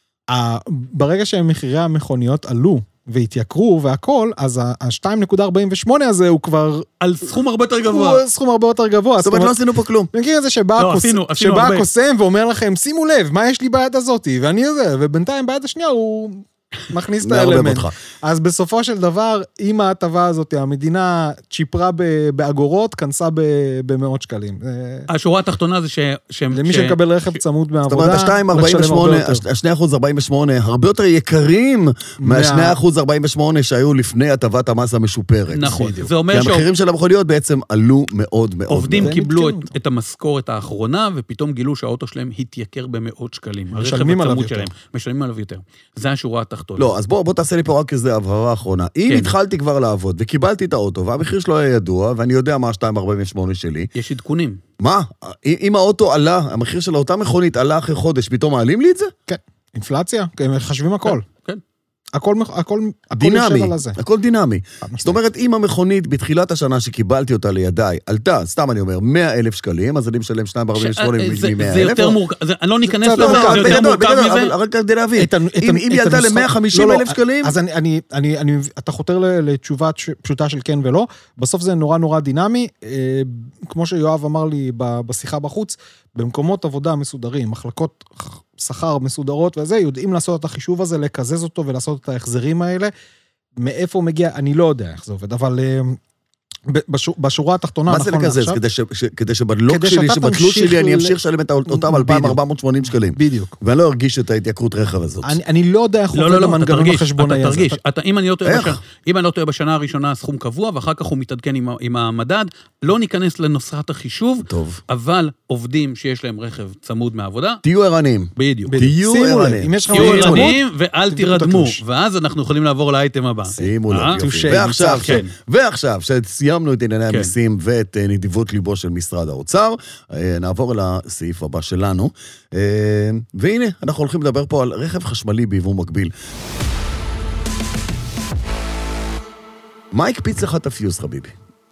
ברגע שמחירי המכוניות עלו, והתייקרו והכל, אז ה-שתיים נקודה ארבעים ושמונה הזה הוא כבר... על סכום הרבה יותר גבוה. הוא סכום הרבה יותר גבוה. זאת אומרת, לא עשינו פה כלום. מכיר את זה שבא הקוסם ואומר לכם, שימו לב, מה יש לי ביד הזאת? ואני זה, ובינתיים ביד השנייה הוא... מכניס את האלמנט. אז בסופו של דבר, עם ההטבה הזאת, המדינה צ'יפרה באגורות, כנסה במאות שקלים. השורה התחתונה זה ש... למי שמקבל רכב צמוד מהעבודה, זאת אומרת, ה-שתיים נקודה ארבעים ושמונה, ה-שתיים אחוז ארבעים ושמונה, הרבה יותר יקרים מה-שתיים אחוז ארבעים ושמונה שהיו לפני הטבת המס המשופרת. נכון. זה אומר כי המחירים של המכוניות בעצם עלו מאוד מאוד. עובדים קיבלו את המשכורת האחרונה, ופתאום גילו שהאוטו שלהם התייקר במאות שקלים. הרכב הצמוד שלהם. משלמים עליו יותר. זה השורה התחתונה. לא, אז בוא, בוא תעשה לי פה רק איזו הבהרה האחרונה. אם התחלתי כבר לעבוד וקיבלתי את האוטו, והמחיר שלו היה ידוע, ואני יודע מה ה-שתיים נקודה ארבעים ושמונה שלי. יש עדכונים. מה? אם האוטו עלה, המחיר של אותה מכונית עלה אחרי חודש, פתאום מעלים לי את זה? כן. אינפלציה, הם חשבים הכל. כן. הכל, הכל, דינמי, הכל דינמי. זאת אומרת, אם המכונית בתחילת השנה שקיבלתי אותה לידיי, עלתה, סתם אני אומר, מאה אלף שקלים, אז אני משלם שתיים נקודה ארבעים ושמונה מ-מאה אלף. זה יותר מורכב, אני לא ניכנס לזה, זה יותר מורכב מזה. רק כדי להבין, אם היא עלתה ל-מאה וחמישים אלף שקלים... אז אתה חותר לתשובה פשוטה של כן ולא, בסוף זה נורא נורא דינמי, כמו שיואב אמר לי בשיחה בחוץ, במקומות עבודה מסודרים, מחלקות שכר מסודרות וזה, יודעים לעשות את החישוב הזה, לקזז אותו ולעשות את ההחזרים האלה. מאיפה מגיע, אני לא יודע איך זה עובד, אבל בשורה התחתונה, מה זה לקזז? כדי שבדלוק שלי, שבתלות שלי, אני אמשיך לשלם את אותם אלפיים ארבע מאות ושמונים שקלים. בדיוק. ואני לא ארגיש את ההתייקרות רכב הזאת. אני לא יודע איך עובד המנגנון החשבונאי הזה. אתה תרגיש, אם אני לא טועה בשנה הראשונה סכום קבוע, ואחר כך הוא מתעדכן עם המדד, לא ניכנס לנוסחת החישוב, אבל עובדים שיש להם רכב צמוד מהעבודה. תהיו ערניים. בדיוק. תהיו ערניים. תהיו ערניים ואל תירדמו. ואז אנחנו יכולים לעבור לאייטם הבא. שימו לב. ועכשיו, ועכשיו, סיימנו את ענייני המיסים ואת נדיבות ליבו של משרד האוצר, נעבור אל הסעיף הבא שלנו, והנה, אנחנו הולכים לדבר פה על רכב חשמלי ביבוא מקביל. מה הקפיץ לך את הפיוס, חביבי?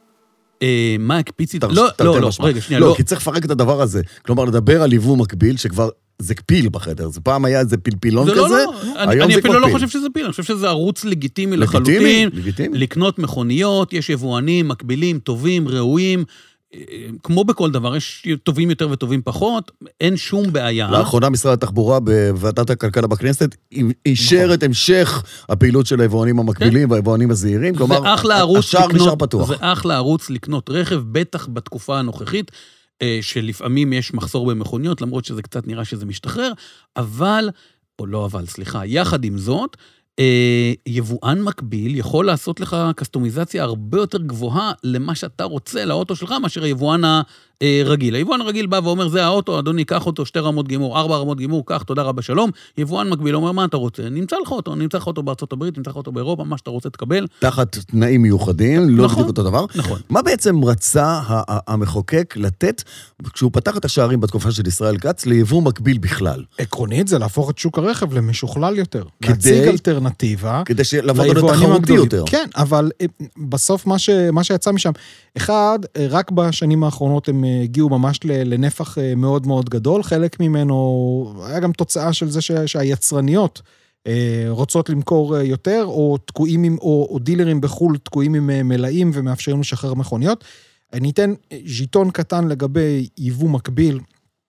מה הקפיץ? לא, לא, לא, רגע, שנייה, לא. לא, כי צריך לפרק את הדבר הזה. כלומר, לדבר על יבוא מקביל, שכבר זה פיל בחדר. זה פעם היה איזה פלפילון כזה, היום זה כבר פיל. אני אפילו לא חושב שזה פיל, אני חושב שזה ערוץ לגיטימי לחלוטין. לקנות מכוניות, יש יבואנים מקבילים, טובים, ראויים, כמו בכל דבר, יש טובים יותר וטובים פחות, אין שום בעיה. לאחרונה משרד התחבורה בוועדת הכלכלה בכנסת, אישר את המשך הפעילות של היבואנים המקבילים והיבואנים הזעירים, כלומר, השער נשאר פתוח. זה אחלה ערוץ לקנות רכב, בטח בתקופה הנוכחית, שלפעמים יש מחסור במכוניות, למרות שזה קצת נראה שזה משתחרר, אבל, או לא אבל, סליחה, יחד עם זאת, יבואן מקביל יכול לעשות לך קסטומיזציה הרבה יותר גבוהה למה שאתה רוצה, לאוטו שלך, מאשר היבואן הרגיל. היבואן הרגיל בא ואומר, זה האוטו, אדוני, קח אותו, שתי רמות גימור, ארבע רמות גימור, קח, תודה רבה, שלום. יבואן מקביל אומר, מה אתה רוצה? נמצא לך אותו, נמצא לך אותו בארצות הברית, נמצא לך אותו באירופה, מה שאתה רוצה תקבל. תחת תנאים מיוחדים, לא בדיוק אותו דבר. נכון. מה בעצם רצה המחוקק לתת, כשהוא פתח את השערים בתקופה של ישראל כץ, ליבוא מקביל בכלל? עקרונית זה להפוך את שוק הרכב למשוכלל יותר. להציג אלטרנטיבה. כדי שלהפוך אותו תחרותי יותר. כן, אבל בסוף מה ש, מה שיצא משם, אחד, רק בשנים האחרונות הם הגיעו ממש לנפח מאוד מאוד גדול, חלק ממנו היה גם תוצאה של זה שהיצרניות רוצות למכור יותר, או תקועים עם, או, או דילרים בחול תקועים עם מלאים ומאפשרים לשחרר מכוניות. אני אתן ז'יטון קטן לגבי יבוא מקביל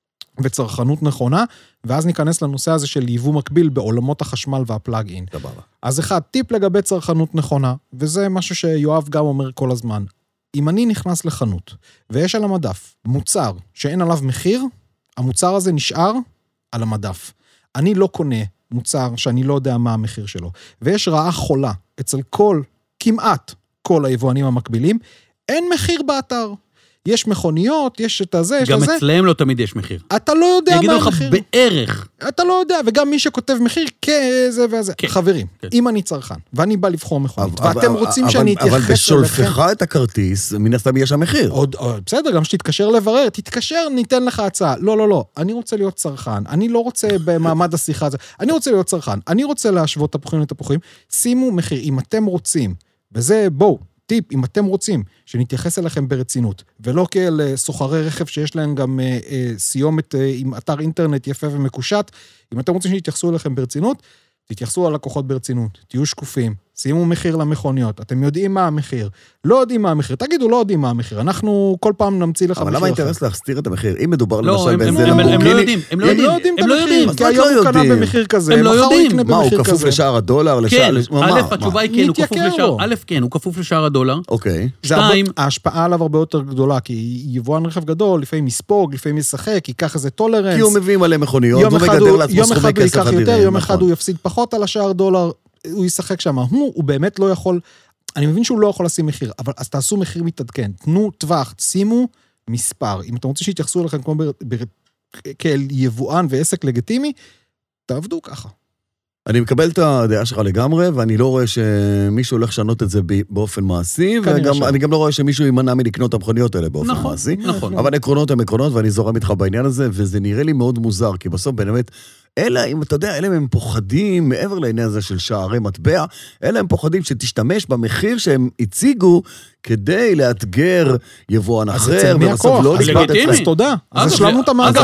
וצרכנות נכונה, ואז ניכנס לנושא הזה של יבוא מקביל בעולמות החשמל והפלאג-אין. אז אחד, טיפ לגבי צרכנות נכונה, וזה משהו שיואב גם אומר כל הזמן. אם אני נכנס לחנות, ויש על המדף מוצר שאין עליו מחיר, המוצר הזה נשאר על המדף. אני לא קונה מוצר שאני לא יודע מה המחיר שלו. ויש רעה חולה אצל כל, כמעט כל היבואנים המקבילים, אין מחיר באתר. יש מכוניות, יש את הזה, יש את זה. גם אצלהם לא תמיד יש מחיר. אתה לא יודע מה המחיר. יגידו לך בערך. אתה לא יודע, וגם מי שכותב מחיר, כזה וזה. חברים, אם אני צרכן, ואני בא לבחור מכונית, ואתם רוצים שאני אתייחס אבל בשולפך את הכרטיס, מן הסתם יש המחיר. בסדר, גם שתתקשר לברר, תתקשר, ניתן לך הצעה. לא, לא, לא, אני רוצה להיות צרכן, אני לא רוצה במעמד השיחה הזה, אני רוצה להיות צרכן, אני רוצה להשוות תפוחים לתפוחים, שימו מחיר, אם אתם רוצים, וזה, בואו, טיפ, אם אתם רוצים שנתייחס אליכם ברצינות, ולא כאל סוחרי רכב שיש להם גם אה, אה, סיומת אה, עם אתר אינטרנט יפה ומקושט, אם אתם רוצים שנתייחסו אליכם ברצינות, תתייחסו על לקוחות ברצינות, תהיו שקופים, שימו מחיר למכוניות, אתם יודעים מה המחיר, לא יודעים מה המחיר, תגידו לא יודעים מה המחיר, אנחנו כל פעם נמציא לך מחיר אחר. אבל למה אינטרס להסתיר את המחיר? אם מדובר למשל באיזה למבורגיני... הם לא יודעים, הם לא יודעים, הם לא יודעים, כי היום הוא קנה במחיר כזה, הם לא יודעים. מה, הוא כפוף לשער הדולר? כן, א', התשובה היא כן, הוא כפוף לשער, א', כן, הוא כפוף לשער הדולר. אוקיי. שתיים, ההשפעה עליו הרבה יותר גדולה, כי יבואן רכב גדול, לפעמים יספוג, לפעמים ישחק, ייקח איזה טולרנס. כי הוא מביא מלא מכוניות, הוא מגדר לעצמו סכומי כסף אדירים. יום אחד הוא יפסיד פחות על השער דולר, הוא ישחק שם. הוא, הוא באמת לא יכול, אני מבין שהוא לא יכול לשים מחיר, אבל אז תעשו מחיר מתעדכן, תנו טווח, שימו מספר. אם אתם רוצים שיתייחסו אליכם כמו ב, ב, כאל יבואן ועסק לגיטימי, תעבדו ככה. אני מקבל את הדעה שלך לגמרי, ואני לא רואה שמישהו הולך לשנות את זה באופן מעשי, ואני גם לא רואה שמישהו יימנע מלקנות את המכוניות האלה באופן נכון, מעשי. נכון. אבל עקרונות הם עקרונות, ואני זורם איתך בעניין הזה, וזה נראה לי מאוד מוזר, כי בסוף באמת, אלא אם אתה יודע, אלה הם פוחדים, מעבר לעניין הזה של שערי מטבע, אלה הם פוחדים שתשתמש במחיר שהם הציגו, כדי לאתגר יבואן אחר, ובסוף לא לקנות את זה. אז תודה. אז השלמנו את המאזק.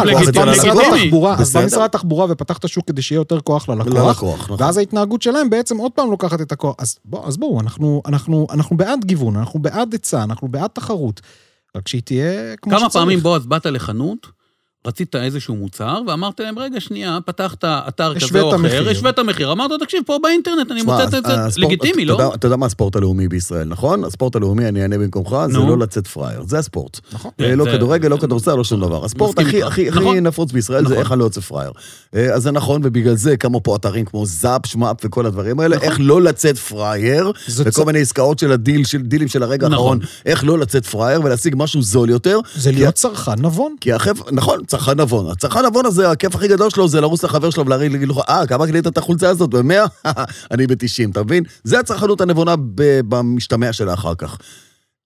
אז בא משרד התחבורה ופתח את השוק כדי שיהיה יותר כוח ללקוח, ואז ההתנהגות שלהם בעצם עוד פעם לוקחת את הכוח. אז בואו, אנחנו בעד גיוון, אנחנו בעד היצע, אנחנו בעד תחרות. רק שהיא תהיה כמו שצריך. כמה פעמים בועז באת לחנות, רצית איזשהו מוצר, ואמרת להם, רגע, שנייה, פתחת אתר כזה או אחר, השווית המחיר, אמרת, תקשיב, פה באינטרנט, אני מוצאת את זה, לגיטימי, לא? אתה יודע מה הספורט הלאומי בישראל, נכון? הספורט הלאומי, אני אענה במקומך, זה לא לצאת פרייר, זה הספורט. לא כדורגל, לא כדורסל, לא שום דבר. הספורט הכי נפוץ בישראל זה איך לא לצאת פרייר. אז זה נכון, ובגלל זה קמו פה אתרים כמו זאפ, שמאפ וכל הדברים האלה, איך לא לצאת פרייר, וכל מיני עסקאות של הדילים של הרגע האחרון, איך לא לצאת פרייר ולהשיג משהו זול יותר. זה להיות צרכן נבון. נכון, צרכן נבון. הצרכן נבון הזה, הכיף הכי גדול שלו, זה לרוס לחבר שלו ולהגיד לו, אה, כמה קנית את החולצה הזאת? ב-מאה? אני ב-תשעים, אתה מבין? זה הצרכנות הנבונה במשתמע שלה אחר כך.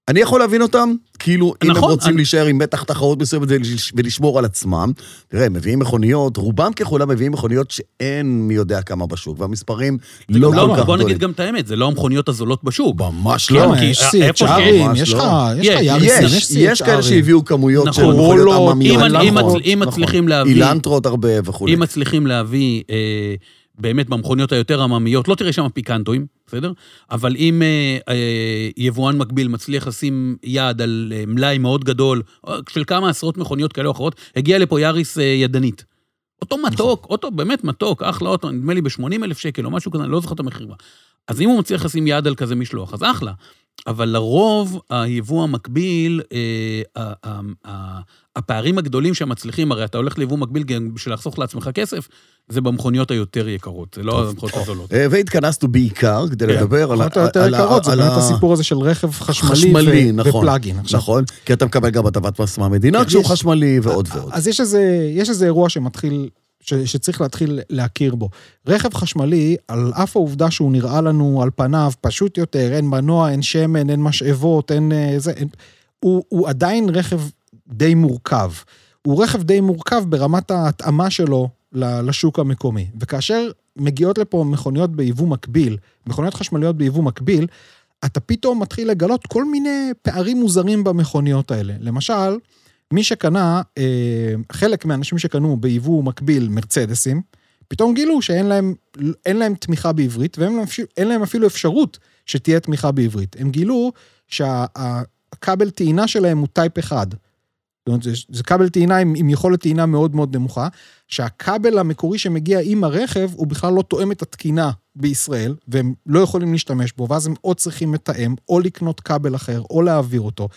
אני יכול להבין אותם, כאילו, אם נכון, הם רוצים אני... להישאר עם מתח תחרות מסוימת ולשמור על עצמם, תראה, הם מביאים מכוניות, רובם ככולם מביאים מכוניות שאין מי יודע כמה בשוק, והמספרים לא, לא כל לא כך בוא גדולים. נגיד גם את האמת, זה לא המכוניות הזולות בשוק. ממש כן, לא. כי יש איפה סי אץ' שיש- ארים, ממש יש לך לא. יש לך יש, יאריסים, יש, יש סי אץ' יש כאלה ארים. שהביאו כמויות של נכון. מכוניות רולו, עממיות. אם אני- אם נכון, מצ- אם נכון. מצליחים להביא- אילנטרות הרבה וכו'. אם מצליחים להביא, אה, באמת במכוניות היותר עממיות, לא תראה שם פיקנטואים, בסדר? אבל אם אה, אה, יבואן מקביל מצליח לשים יד על אה, מלאי מאוד גדול, של כמה עשרות מכוניות כאלה או אחרות, הגיע לפה יאריס אה, ידנית. אותו מתוק, אוטו באמת מתוק, אחלה אוטו, נדמה לי ב-שמונים אלף שקל או משהו כזה, אני לא זוכר את המחיר בה. אז אם הוא מצליח לשים יד על כזה משלוח, אז אחלה. אבל לרוב, היבוא המקביל, אה, ה- ה- ה- הפערים הגדולים שמצליחים, הרי אתה הולך ליבוא מקביל בשביל לחסוך לעצמך כסף, זה במכוניות היותר יקרות, זה לא המכוניות הזולות. אה, והתכנסנו בעיקר כדי לדבר על... המכוניות היותר על ה- יקרות, זה על באמת ה- הסיפור הזה של רכב חשמלי חשמלי, ו- נכון. ופלאגין. עכשיו, נכון, כי אתה מקבל גם הטבת מס מהמדינה כן, כשהוא יש- חשמלי ועוד ועוד. אז יש איזה, יש איזה אירוע שמתחיל, ש, שצריך להתחיל להכיר בו. רכב חשמלי, על אף העובדה שהוא נראה לנו על פניו פשוט יותר, אין מנוע, אין שמן, אין משאבות, אין זה, אין, הוא, הוא עדיין רכב די מורכב. הוא רכב די מורכב ברמת ההתאמה שלו לשוק המקומי. וכאשר מגיעות לפה מכוניות ביבוא מקביל, מכוניות חשמליות ביבוא מקביל, אתה פתאום מתחיל לגלות כל מיני פערים מוזרים במכוניות האלה. למשל, מי שקנה, חלק מהאנשים שקנו ביבוא מקביל מרצדסים, פתאום גילו שאין להם, אין להם תמיכה בעברית, ואין להם אפילו אפשרות שתהיה תמיכה בעברית. הם גילו שהכבל טעינה שלהם הוא טייפ אחד. זאת אומרת, זה, זה כבל טעינה עם, עם יכולת טעינה מאוד מאוד נמוכה, שהכבל המקורי שמגיע עם הרכב, הוא בכלל לא תואם את התקינה בישראל, והם לא יכולים להשתמש בו, ואז הם או צריכים לתאם, או לקנות כבל אחר, או להעביר אותו.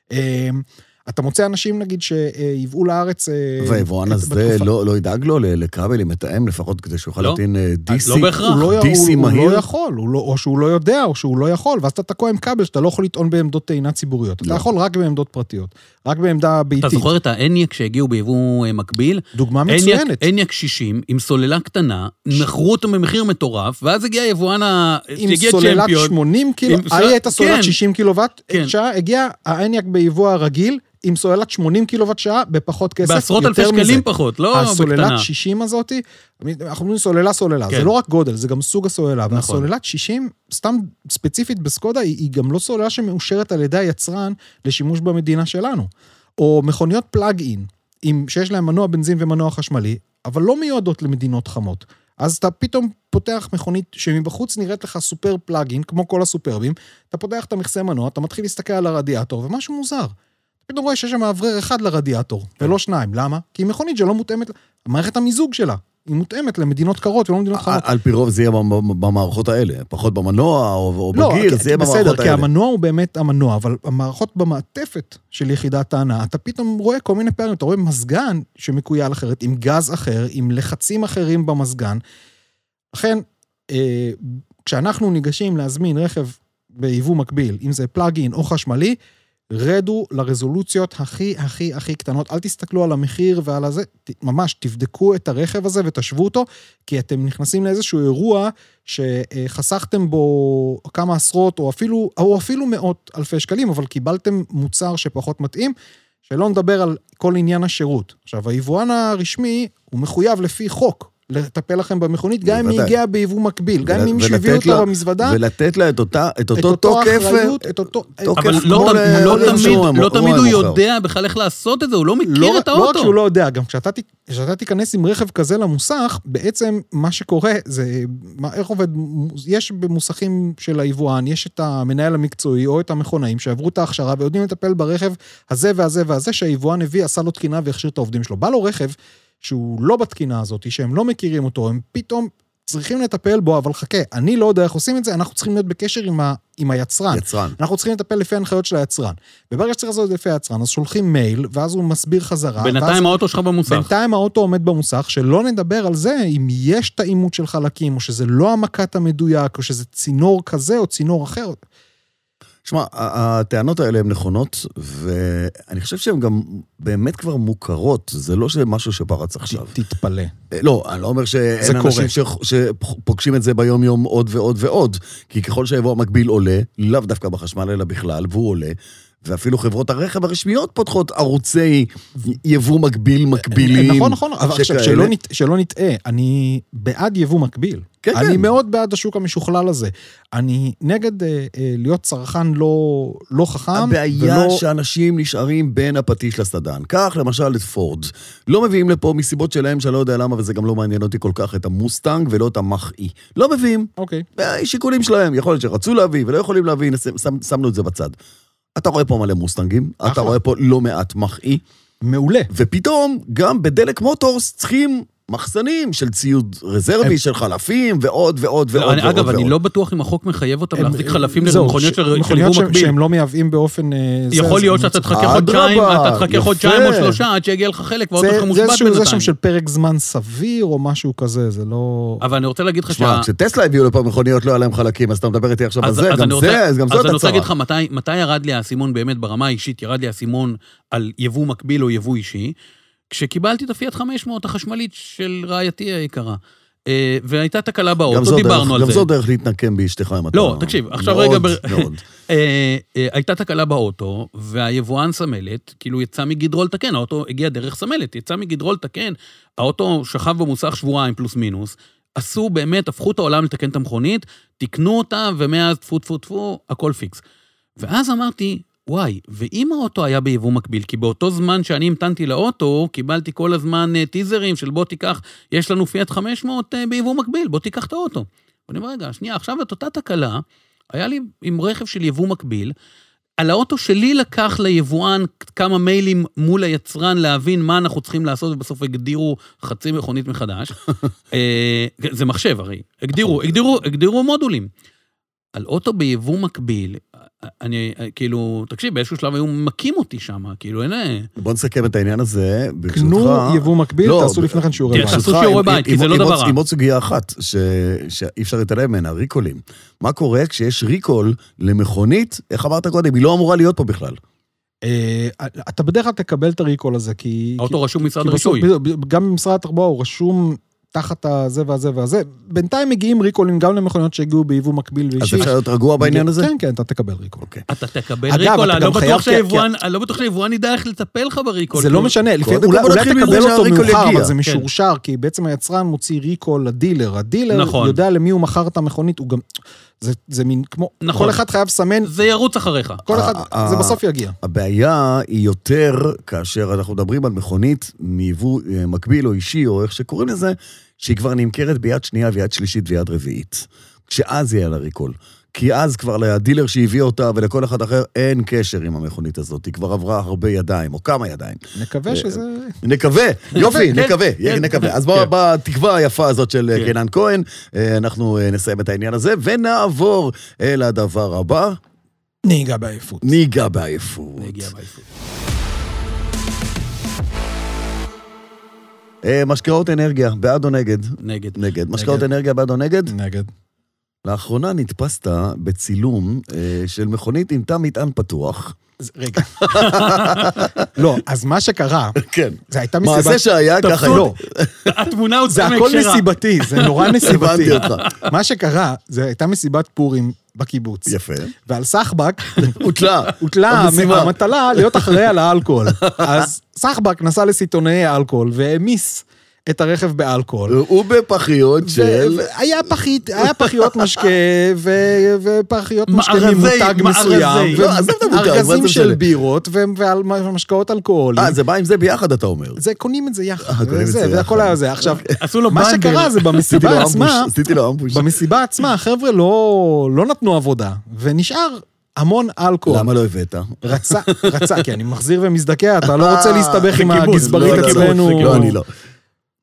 אתה מוצא אנשים, נגיד, שיבאו לארץ... והיבואן הזה לא ידאג לו לכבל, אם מתאם לפחות כדי שהוא יוכל להטעין דיסי. לא בהכרח. דיסי מהיר. הוא לא יכול, או שהוא לא יודע, או שהוא לא יכול, ואז אתה תקוע עם כבל שאתה לא יכול לטעון בעמדות טעינה ציבוריות. אתה יכול רק בעמדות פרטיות, רק בעמדה ביתית. אתה זוכר את האניאק שהגיעו ביבוא מקביל? דוגמה מצוינת. אניאק שישים, עם סוללה קטנה, מכרו אותו במחיר מטורף, ואז הגיע יבואן ה... עם סוללת שמונים קילו, הייתה סוללת שישים קילוואט, הגיע האניאק ביבוא הרגיל, עם סוללת שמונים קילוואט שעה, בפחות כסף, בעשרות אלפי שקלים פחות, לא בקטנה. הסוללת שישים הזאת, אנחנו אומרים סוללה סוללה, זה לא רק גודל, זה גם סוג הסוללה, והסוללת שישים, סתם ספציפית בסקודה, היא גם לא סוללה שמאושרת על ידי היצרן, לשימוש במדינה שלנו. או מכוניות פלאג-אין, שיש להם מנוע בנזין ומנוע חשמלי, אבל לא מיועדות למדינות חמות. אז אתה פתאום פותח מכונית שמבחוץ נראית לך סופר פלאג-אין, כמו כל הסופרבים, אתה פותח את המכסה מנוע, אתה מתחיל להסתכל על הרדיאטור, ומשהו מוזר. פתאום רואה שיש שם מעברר אחד לרדיאטור, ולא שניים. למה? כי היא מכונית שלא מותאמת, מערכת המיזוג שלה, היא מותאמת למדינות קרות ולא מדינות חמות. על פי רוב זה יהיה במערכות האלה, פחות במנוע או בגיר, זה יהיה במערכות האלה. בסדר, כי המנוע הוא באמת המנוע, אבל המערכות במעטפת של יחידת טענה, אתה פתאום רואה כל מיני פעמים, אתה רואה מזגן שמקוייל אחרת, עם גז אחר, עם לחצים אחרים במזגן. לכן, כשאנחנו ניגשים להזמין רכב ביבוא מקביל, אם זה פלאג-אין או חשמלי, רדו לרזולוציות הכי, הכי, הכי קטנות. אל תסתכלו על המחיר ועל הזה, ממש תבדקו את הרכב הזה ותשוו אותו, כי אתם נכנסים לאיזשהו אירוע שחסכתם בו כמה עשרות או אפילו, או אפילו מאות אלפי שקלים, אבל קיבלתם מוצר שפחות מתאים, שלא נדבר על כל עניין השירות. עכשיו, היבואן הרשמי הוא מחויב לפי חוק, לטפל לכם במכונית, גם אם היא הגיעה ביבוא מקביל, גם אם מישהו הביא אותה במזוודה, ולתת לה את אותו תוקף, את אותו... אבל לא תמיד הוא יודע בכלל איך לעשות את זה, הוא לא מכיר את האוטו. לא רק שהוא לא יודע, גם כשאתה תיכנס עם רכב כזה למוסך, בעצם מה שקורה זה, איך עובד, יש במוסכים של היבואן, יש את המנהל המקצועי או את המכונאים שעברו את ההכשרה ויודעים לטפל ברכב הזה והזה והזה שהיבואן הביא, עשה לו תקינה והכשיר את העובדים שלו. בא לו רכב שהוא לא בתקינה הזאת, שהם לא מכירים אותו, הם פתאום צריכים לטפל בו, אבל חכה, אני לא יודע איך עושים את זה, אנחנו צריכים להיות בקשר עם, ה, עם היצרן. יצרן. אנחנו צריכים לטפל לפי ההנחיות של היצרן. וברגע שצריך לעשות לפי היצרן, אז שולחים מייל, ואז הוא מסביר חזרה. בינתיים האוטו שלך במוסך. בינתיים האוטו עומד במוסך, שלא נדבר על זה, אם יש את האימות של חלקים, או שזה לא המקט המדויק, או שזה צינור כזה, או צינור אחר. שמע, הטענות האלה הן נכונות, ואני חושב שהן גם באמת כבר מוכרות, זה לא משהו שפרץ עכשיו. תתפלא. לא, אני לא אומר שאין אנשים שפוגשים את זה ביום יום עוד ועוד ועוד, כי ככל שהיבוא המקביל עולה, לאו דווקא בחשמל אלא בכלל, והוא עולה, ואפילו חברות הרכב הרשמיות פותחות ערוצי יבוא מקביל מקבילים. נכון, נכון, אבל עכשיו שלא נטעה, אני בעד יבוא מקביל. אני מאוד בעד השוק המשוכלל הזה. אני נגד להיות צרכן לא חכם. הבעיה שאנשים נשארים בין הפטיש לסדן. כך למשל את פורד. לא מביאים לפה מסיבות שלהם שאני לא יודע למה, וזה גם לא מעניין אותי כל כך את המוסטנג ולא את המח-אי. לא מביאים. אוקיי. שיקולים שלהם. יכול להיות שרצו להביא ולא יכולים להביא, שמנו את זה בצד. אתה רואה פה מלא מוסטנגים, אתה רואה פה לא מעט מחאי. מעולה. ופתאום, גם בדלק מוטורס צריכים מחסנים של ציוד רזרבי, של חלפים, ועוד ועוד ועוד. אגב, אני לא בטוח אם החוק מחייב אותם להחזיק חלפים למכוניות של יבוא מקביל. שהם לא מייבאים באופן... יכול להיות שאתה תחכה חודשיים, אתה תחכה חודשיים או שלושה, עד שיגיע לך חלק, ועוד לך מושבת בינתיים. זה שם של פרק זמן סביר, או משהו כזה, זה לא... אבל אני רוצה להגיד לך שה... כשטסלה הביאו לפה מכוניות, לא עליהם חלקים, אז אתה מדבר איתי עכשיו על זה, גם זה, גם זאת אז אני רוצה להגיד לך, מתי ירד לי האסימון באמת ברמה האישית, ירד לי האסימון על יבוא מקביל או יבוא אישי, כשקיבלתי את הפיאט חמש מאות החשמלית של רעייתי היקרה, והייתה תקלה באוטו, דיברנו על זה. גם זו דרך להתנקם באשתך אם אתה... לא, תקשיב, עכשיו רגע... הייתה תקלה באוטו, והיבואן סמלת, כאילו יצא מגדרול תקן, האוטו הגיע דרך סמלת, יצא מגדרול תקן, האוטו שכב במוסך שבועיים פלוס מינוס, עשו באמת, הפכו את העולם לתקן את המכונית, תקנו אותה, ומאז תפו תפו תפו, הכל פיקס. ואז אמרתי, וואי, ואם האוטו היה ביבוא מקביל, כי באותו זמן שאני המתנתי לאוטו, קיבלתי כל הזמן טיזרים של בוא תיקח, יש לנו פיאט חמש מאות ביבוא מקביל, בוא תיקח את האוטו. ואני אומר, רגע, שנייה, עכשיו את אותה תקלה, היה לי עם רכב של יבוא מקביל, על האוטו שלי לקח ליבואן כמה מיילים מול היצרן להבין מה אנחנו צריכים לעשות, ובסוף הגדירו חצי מכונית מחדש. זה מחשב הרי. הגדירו, הגדירו, הגדירו מודולים. על אוטו ביבוא מקביל, אני, כאילו, תקשיב, באיזשהו שלב היו מקים אותי שם, כאילו, הנה... בוא נסכם את העניין הזה, ברשותך... קנו יבוא מקביל, תעשו לפני כן שיעורי בית. תעשו שיעורי בית, כי זה לא דבר רע. עם עוד סוגיה אחת, שאי אפשר להתעלם ממנה, ריקולים. מה קורה כשיש ריקול למכונית, איך אמרת קודם, היא לא אמורה להיות פה בכלל. אתה בדרך כלל תקבל את הריקול הזה, כי... האוטו רשום משרד רישוי. גם במשרד התחבורה הוא רשום... תחת הזה והזה והזה. בינתיים מגיעים ריקולים גם למכוניות שהגיעו ביבוא מקביל ואישי. אז אפשר להיות רגוע בעניין הזה? כן, כן, אתה תקבל ריקול. אתה תקבל ריקול, אני לא בטוח שהיבואן ידע איך לטפל לך בריקול. זה לא משנה, אולי תקבל אותו מאוחר, אבל זה משורשר, כי בעצם היצרן מוציא ריקול לדילר. הדילר יודע למי הוא מכר את המכונית, הוא גם... זה מין כמו... כל אחד חייב סמן... זה ירוץ אחריך. כל אחד, זה בסוף יגיע. הבעיה היא יותר, כאשר אנחנו מדברים על מכונית מיבוא מקביל או אישי, או איך שקוראים לזה, שהיא כבר נמכרת ביד שנייה ויד שלישית ויד רביעית. כשאז יהיה לה ריקול. כי אז כבר לדילר שהביא אותה ולכל אחד אחר אין קשר עם המכונית הזאת. היא כבר עברה הרבה ידיים, או כמה ידיים. נקווה שזה... נקווה, יופי, נקווה, נקווה. אז בתקווה היפה הזאת של קינן כהן, אנחנו נסיים את העניין הזה, ונעבור אל הדבר הבא. נהיגה בעייפות. נהיגה בעייפות. נהיגה בעייפות. משקאות אנרגיה, בעד או נגד? נגד. נגד. משקאות אנרגיה, בעד או נגד? נגד. לאחרונה נתפסת בצילום של מכונית עם תא מטען פתוח. רגע. לא, אז מה שקרה, כן. זה הייתה מסיבת... מעשה שהיה ככה, לא. התמונה עוד זה הכל נסיבתי, זה נורא נסיבתי. מה שקרה, זה הייתה מסיבת פורים בקיבוץ. יפה. ועל סחבק, הוטלה. הוטלה המטלה להיות אחראי על האלכוהול. אז סחבק נסע לסיטונאי האלכוהול והמיס את הרכב באלכוהול. הוא בפחיות של... היה פחית, היה פחיות משקה, ופחיות משקה ממותג מסוים, וארגזים של בירות, ומשקאות אלכוהול. אה, זה בא עם זה ביחד, אתה אומר. זה, קונים את זה יחד. והכל היה זה. עכשיו, מה בנגל. שקרה זה במסיבה עצמה, עשיתי לו אמבוש. במסיבה עצמה, החבר'ה לא נתנו עבודה, ונשאר המון אלכוהול. למה לא הבאת? רצה, רצה, כי אני מחזיר ומזדקה, אתה לא רוצה להסתבך עם הגזברית אצלנו. לא, אני לא.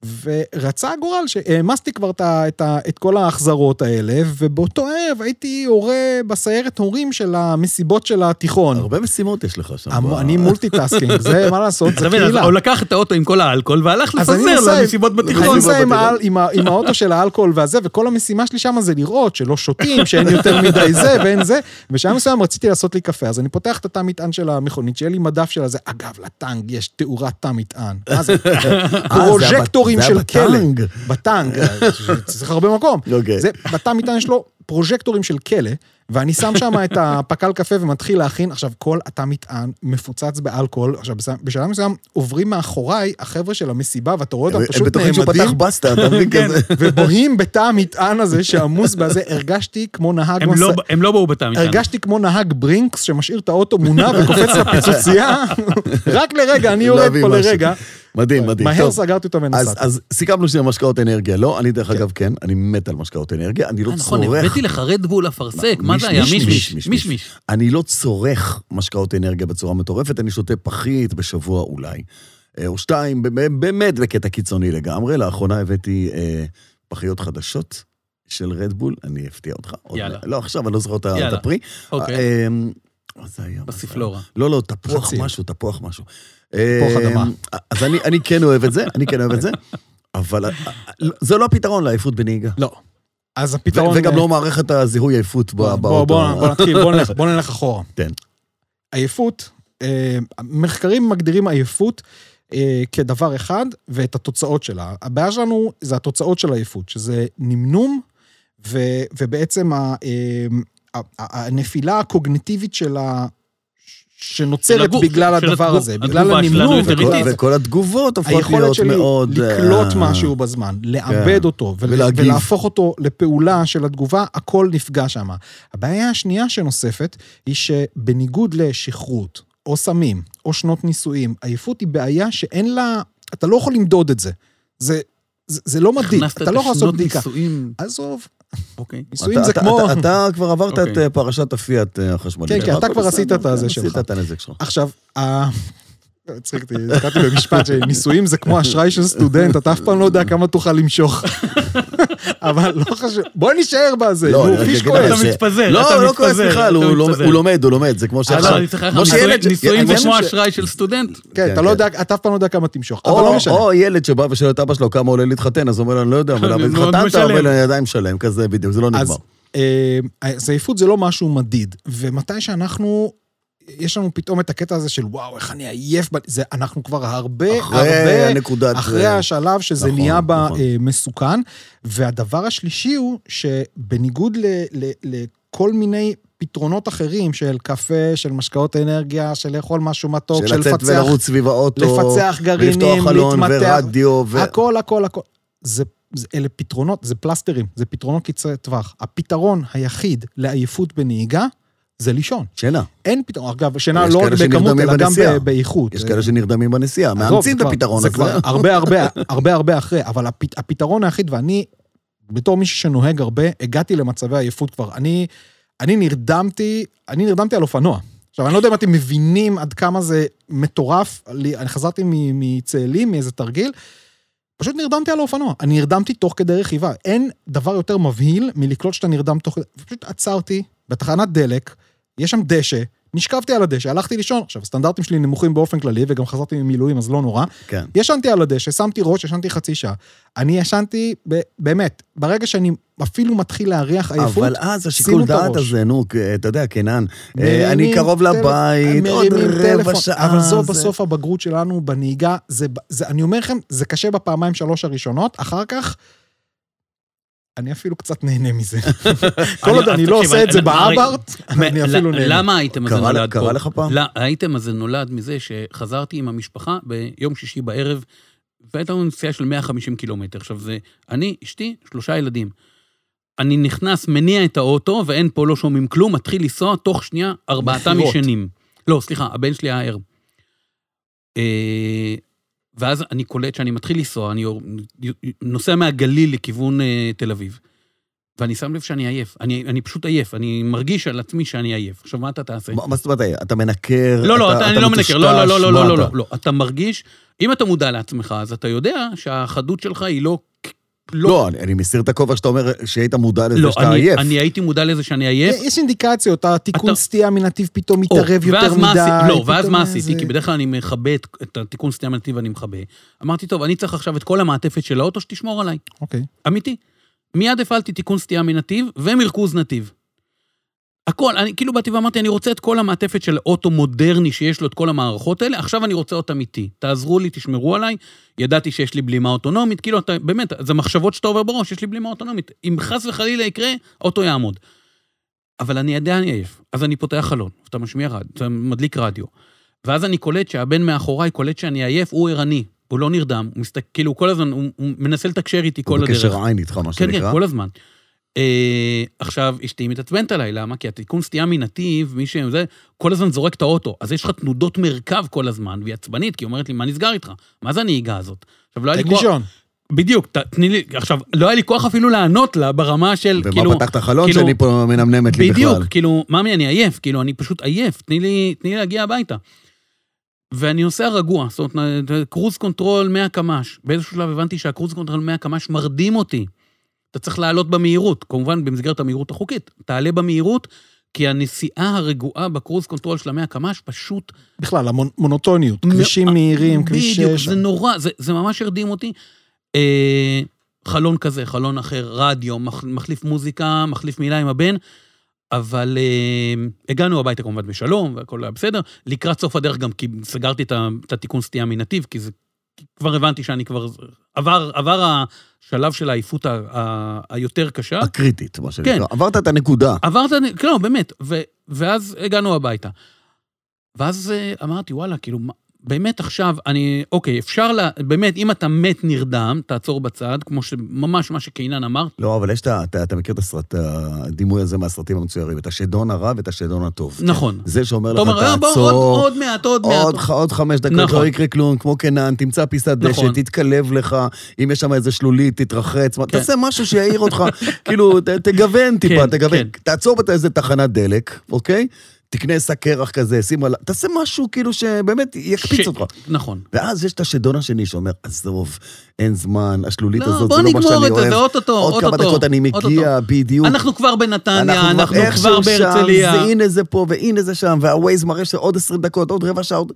ורצה הגורל שהעמסתי כבר את, את, את כל ההחזרות האלה, ובאותו ערב הייתי הורה בסיירת הורים של המסיבות של התיכון. הרבה משימות יש לך שם. אני מולטיטאסקינג, זה מה לעשות, זה קהילה. הוא לקח את האוטו עם כל האלכוהול, והלך לפזר למסיבות בתיכון. אני נוסע עם האוטו של האלכוהול והזה, וכל המשימה שלי שם זה לראות שלא שותים, שאין יותר מדי זה ואין זה, ושם מסוים רציתי לעשות לי קפה, אז אני פותח את התא מטען של המכונית, שיהיה לי מדף של הזה, אגב, לטנג יש תאורת תא מטען. פרוז'קטורים של כלא. בטנג. צריך הרבה מקום. בתא מטען יש לו פרוז'קטורים של כלא, ואני שם שם את הפקל קפה ומתחיל להכין, עכשיו כל התא מטען מפוצץ באלכוהול, עכשיו בשלב מסוים עוברים מאחוריי החבר'ה של המסיבה, ואתה רואה אותם פשוט נעמדים, שהוא פתח בסטה, אתה מבין כזה. ובוהים בתא המטען הזה שעמוס בזה, הרגשתי כמו נהג... הם לא באו בתא המטען. הרגשתי כמו נהג ברינקס שמשאיר את האוטו מונע וקופץ לפיצוצייה, רק לרגע, אני יורד פה לרגע. מדהים, מדהים. מהר סגרתי אותו ונסעתי. אז סיכמנו שזה משקאות אנרגיה, לא? אני דרך אגב כן, אני מת על משקאות אנרגיה, אני לא צורך... נכון, הבאתי לך רדבול אפרסק, מה זה היה? מישמיש, מישמיש. אני לא צורך משקאות אנרגיה בצורה מטורפת, אני שותה פחית בשבוע אולי, או שתיים, באמת בקטע קיצוני לגמרי. לאחרונה הבאתי פחיות חדשות של רדבול, אני אפתיע אותך. יאללה. לא, עכשיו אני לא זוכר את הפרי. אוקיי. מה זה היה? בספלורה. לא, לא, תפוח משהו, תפוח משהו. תפוח אדמה. אז אני כן אוהב את זה, אני כן אוהב את זה, אבל זה לא הפתרון לעייפות בנהיגה. לא. אז הפתרון... וגם לא מערכת הזיהוי עייפות באוטו. בוא נתחיל, בוא נלך אחורה. כן. עייפות, מחקרים מגדירים עייפות כדבר אחד, ואת התוצאות שלה. הבעיה שלנו זה התוצאות של העייפות, שזה נמנום, ובעצם הנפילה הקוגניטיבית של ה... שנוצרת בגלל הדבר הזה, בגלל הנמנום, וכל התגובות הופכות להיות מאוד... היכולת שלי לקלוט משהו בזמן, לעבד אותו, ולהפוך אותו לפעולה של התגובה, הכל נפגע שם. הבעיה השנייה שנוספת, היא שבניגוד לשכרות, או סמים, או שנות ניסויים, עייפות היא בעיה שאין לה, אתה לא יכול למדוד את זה. זה, זה לא מדיד, אתה לא יכול לעשות בדיקה. עזוב. אוקיי. ניסויים זה כמו... אתה כבר עברת את פרשת הפיאט החשמלי. כן, כן, אתה כבר עשית את הזה שלך. עשית את הנזק שלך. עכשיו, הצחקתי, הזכרתי במשפט שניסויים זה כמו אשראי של סטודנט, אתה אף פעם לא יודע כמה תוכל למשוך. אבל לא חשוב, בוא נשאר בזה, נו, פיש כועס. אתה מתפזר, לא, לא כועס בכלל, הוא לומד, הוא לומד, זה כמו שעכשיו. ניסויים זה כמו אשראי של סטודנט. כן, אתה לא יודע, אתה אף פעם לא יודע כמה תמשוך, אבל לא משנה. או ילד שבא ושואל את אבא שלו כמה עולה להתחתן, אז הוא אומר, אני לא יודע, אבל התחתנת, אבל אני עדיין משלם, כזה בדיוק, זה לא נגמר. אז עייפות זה לא משהו מדיד, ומתי שאנחנו יש לנו פתאום את הקטע הזה של וואו, איך אני עייף, זה אנחנו כבר הרבה, הרבה, אחרי השלב שזה נהיה במסוכן, והדבר השלישי הוא שבניגוד לכל מיני פתרונות אחרים של קפה, של משקאות אנרגיה, של לאכול משהו מתוק, של לצאת ולרוץ סביב האוטו, לפצח גרעינים, לפתוח חלון ורדיו, הכל, הכל, הכל. זה אלה פתרונות, זה פלסטרים, זה פתרונות קצרי טווח. הפתרון היחיד לעייפות בנהיגה, זה לישון. שינה. אין פתרון, אגב, שינה לא רק בכמות, אלא גם באיכות. יש כאלה שנרדמים בנסיעה, מאמצים את הפתרון הזה. זה כבר הרבה הרבה, הרבה הרבה אחרי, אבל הפתרון היחיד, ואני, בתור מישהו שנוהג הרבה, הגעתי למצבי עייפות כבר. אני, אני נרדמתי, אני נרדמתי על אופנוע. עכשיו, אני לא יודע אם אתם מבינים עד כמה זה מטורף, אני חזרתי מצאלים, מאיזה תרגיל, פשוט נרדמתי על האופנוע. אני נרדמתי תוך כדי רכיבה. אין דבר יותר מבהיל מלקלוט שאתה נרדם תוך כדי. פשוט עצרתי בתחנת דלק, יש שם דשא, נשכבתי על הדשא, הלכתי לישון. עכשיו, הסטנדרטים שלי נמוכים באופן כללי, וגם חזרתי ממילואים, אז לא נורא. כן. ישנתי על הדשא, שמתי ראש, ישנתי חצי שעה. אני ישנתי, באמת, ברגע שאני אפילו מתחיל להריח עייפות, אבל אז השיקול דעת הזה, נו, אתה יודע, כנען, אני קרוב לבית, עוד רבע שעה. אבל זו בסוף הבגרות שלנו בנהיגה, אני אומר לכם, זה קשה בפעמיים שלוש הראשונות, אחר כך, אני אפילו קצת נהנה מזה. כל עוד אני לא עושה את זה באברט, אני אפילו נהנה. למה האייטם הזה נולד פה? קרא לך פעם? האייטם הזה נולד מזה שחזרתי עם המשפחה ביום שישי בערב, והייתה לנו נסיעה של מאה וחמישים קילומטר. עכשיו זה, אני, אשתי, שלושה ילדים. אני נכנס, מניע את האוטו, ואין פה לא שומעים כלום, מתחיל לנסוע, תוך שנייה, ארבעתם ישנים. לא, סליחה, הבן שלי היה ער. ואז אני קולט שאני מתחיל לנסוע, אני נוסע מהגליל לכיוון תל אביב, ואני שם לב שאני עייף, אני, אני פשוט עייף, אני מרגיש על עצמי שאני עייף. עכשיו, מה אתה תעשה? מה זאת אומרת, אתה מנקר? לא, לא, אתה, אני לא מנקר, לא, לא, לא, לא, לא, לא, לא, לא, אתה מרגיש, אם אתה מודע לעצמך, אז אתה יודע שהחדות שלך היא לא... לא, לא אני, אני מסיר את הכובע שאתה אומר שהיית מודע לזה לא, שאתה אני, עייף. אני הייתי מודע לזה שאני עייף. יש אינדיקציות, התיקון אתה... סטייה מנתיב פתאום מתערב או, יותר מדי. עשי... לא, ואז מה עשיתי? זה... כי בדרך כלל אני מכבה את, את התיקון סטייה מנתיב ואני מכבה. אמרתי, טוב, אני צריך עכשיו את כל המעטפת של האוטו שתשמור עליי. אוקיי. אמיתי. מיד הפעלתי תיקון סטייה מנתיב ומרכוז נתיב. הכל, אני כאילו באתי ואמרתי, אני רוצה את כל המעטפת של אוטו מודרני שיש לו את כל המערכות האלה, עכשיו אני רוצה אותם איתי. תעזרו לי, תשמרו עליי, ידעתי שיש לי בלימה אוטונומית, כאילו אתה, באמת, זה מחשבות שאתה עובר בראש, יש לי בלימה אוטונומית. אם חס וחלילה יקרה, אוטו יעמוד. אבל אני יודע, אני עייף. אז אני פותח חלון, אתה משמיע רדיו, אתה מדליק רדיו. ואז אני קולט שהבן מאחוריי קולט שאני עייף, הוא ערני, הוא לא נרדם, הוא מסתכל, כאילו כל הזמן, הוא, הוא מנסה לתקשר איתי כל הדרך. בקשר עין איתך, מה שנקרא. כן, כן, כל הזמן. Uh, עכשיו, אשתי מתעצבנת עליי, למה? כי התיקון סטייה מנתיב, מי שזה, כל הזמן זורק את האוטו, אז יש לך תנודות מרכב כל הזמן, והיא עצבנית, כי היא אומרת לי, מה נסגר איתך? מה זה הנהיגה הזאת? עכשיו, לא היה לי כוח... בדיוק, תני לי, עכשיו, לא היה לי כוח אפילו לענות לה ברמה של, ומה כאילו... ומה פתחת החלון כאילו, שאני פה מנמנמת לי בכלל? בדיוק, כאילו, ממי, אני עייף, כאילו, אני פשוט עייף, תני לי, תני לי להגיע הביתה. ואני נוסע רגוע, זאת אומרת, קרוז קונטרול מאה קמ"ש, באיזשהו שלב הבנתי שהקרוז קונטרול מאה קמ"ש מרדים אותי. אתה צריך לעלות במהירות, כמובן במסגרת המהירות החוקית, תעלה במהירות, כי הנסיעה הרגועה בקרוז קונטרול של המאה קמ"ש פשוט... בכלל, המונוטוניות, כבישים מהירים, כביש שש. בדיוק, זה נורא, זה, זה ממש הרדים אותי. אה, חלון כזה, חלון אחר, רדיו, מחליף מוזיקה, מחליף מילה עם הבן, אבל אה, הגענו הביתה כמובן בשלום, והכל היה בסדר. לקראת סוף הדרך גם כי סגרתי את התיקון סטייה מנתיב, כי זה... כבר הבנתי שאני כבר, עבר, עבר השלב של העייפות ה, ה, היותר קשה. הקריטית, מה שנקרא. כן. עברת את הנקודה. עברת, לא, באמת. ו, ואז הגענו הביתה. ואז אמרתי, וואלה, כאילו, באמת עכשיו, אני, אוקיי, אפשר לה, באמת, אם אתה מת נרדם, תעצור בצד, כמו שממש מה שקיינן אמר. לא, אבל יש אתה, אתה, אתה מכיר את הסרט, הדימוי הזה מהסרטים המצוירים, את השדון הרע ואת השדון הטוב. נכון. זה שאומר לך, תעצור. עוד, עוד מעט, עוד מעט. עוד, עוד חמש דקות, נכון. לא יקרה כלום, כמו קנן, תמצא פיסת דשא, נכון. תתקלב לך, אם יש שם איזה שלולית, תתרחץ, כן. תעשה משהו שיעיר אותך, כאילו, ת, תגוון טיפה, כן, תגוון. כן. תעצור באיזה תחנת דלק, אוקיי? תקנה סקרח כזה, שים עליו, תעשה משהו כאילו שבאמת יקפיץ ש... אותך. נכון. ואז יש את השדון השני שאומר, עזוב, אין זמן, השלולית לא, הזאת, זה לא מה שאני אוהב. זה אוטוטו, עוד אוטוטו, כמה דקות אני מגיע, אוטוטו. בדיוק. אנחנו כבר בנתניה, אנחנו כבר, אנחנו כבר בהרצליה. והנה זה פה, והנה זה שם, והווייז מראה שעוד עשרים דקות, עוד רבע שעה,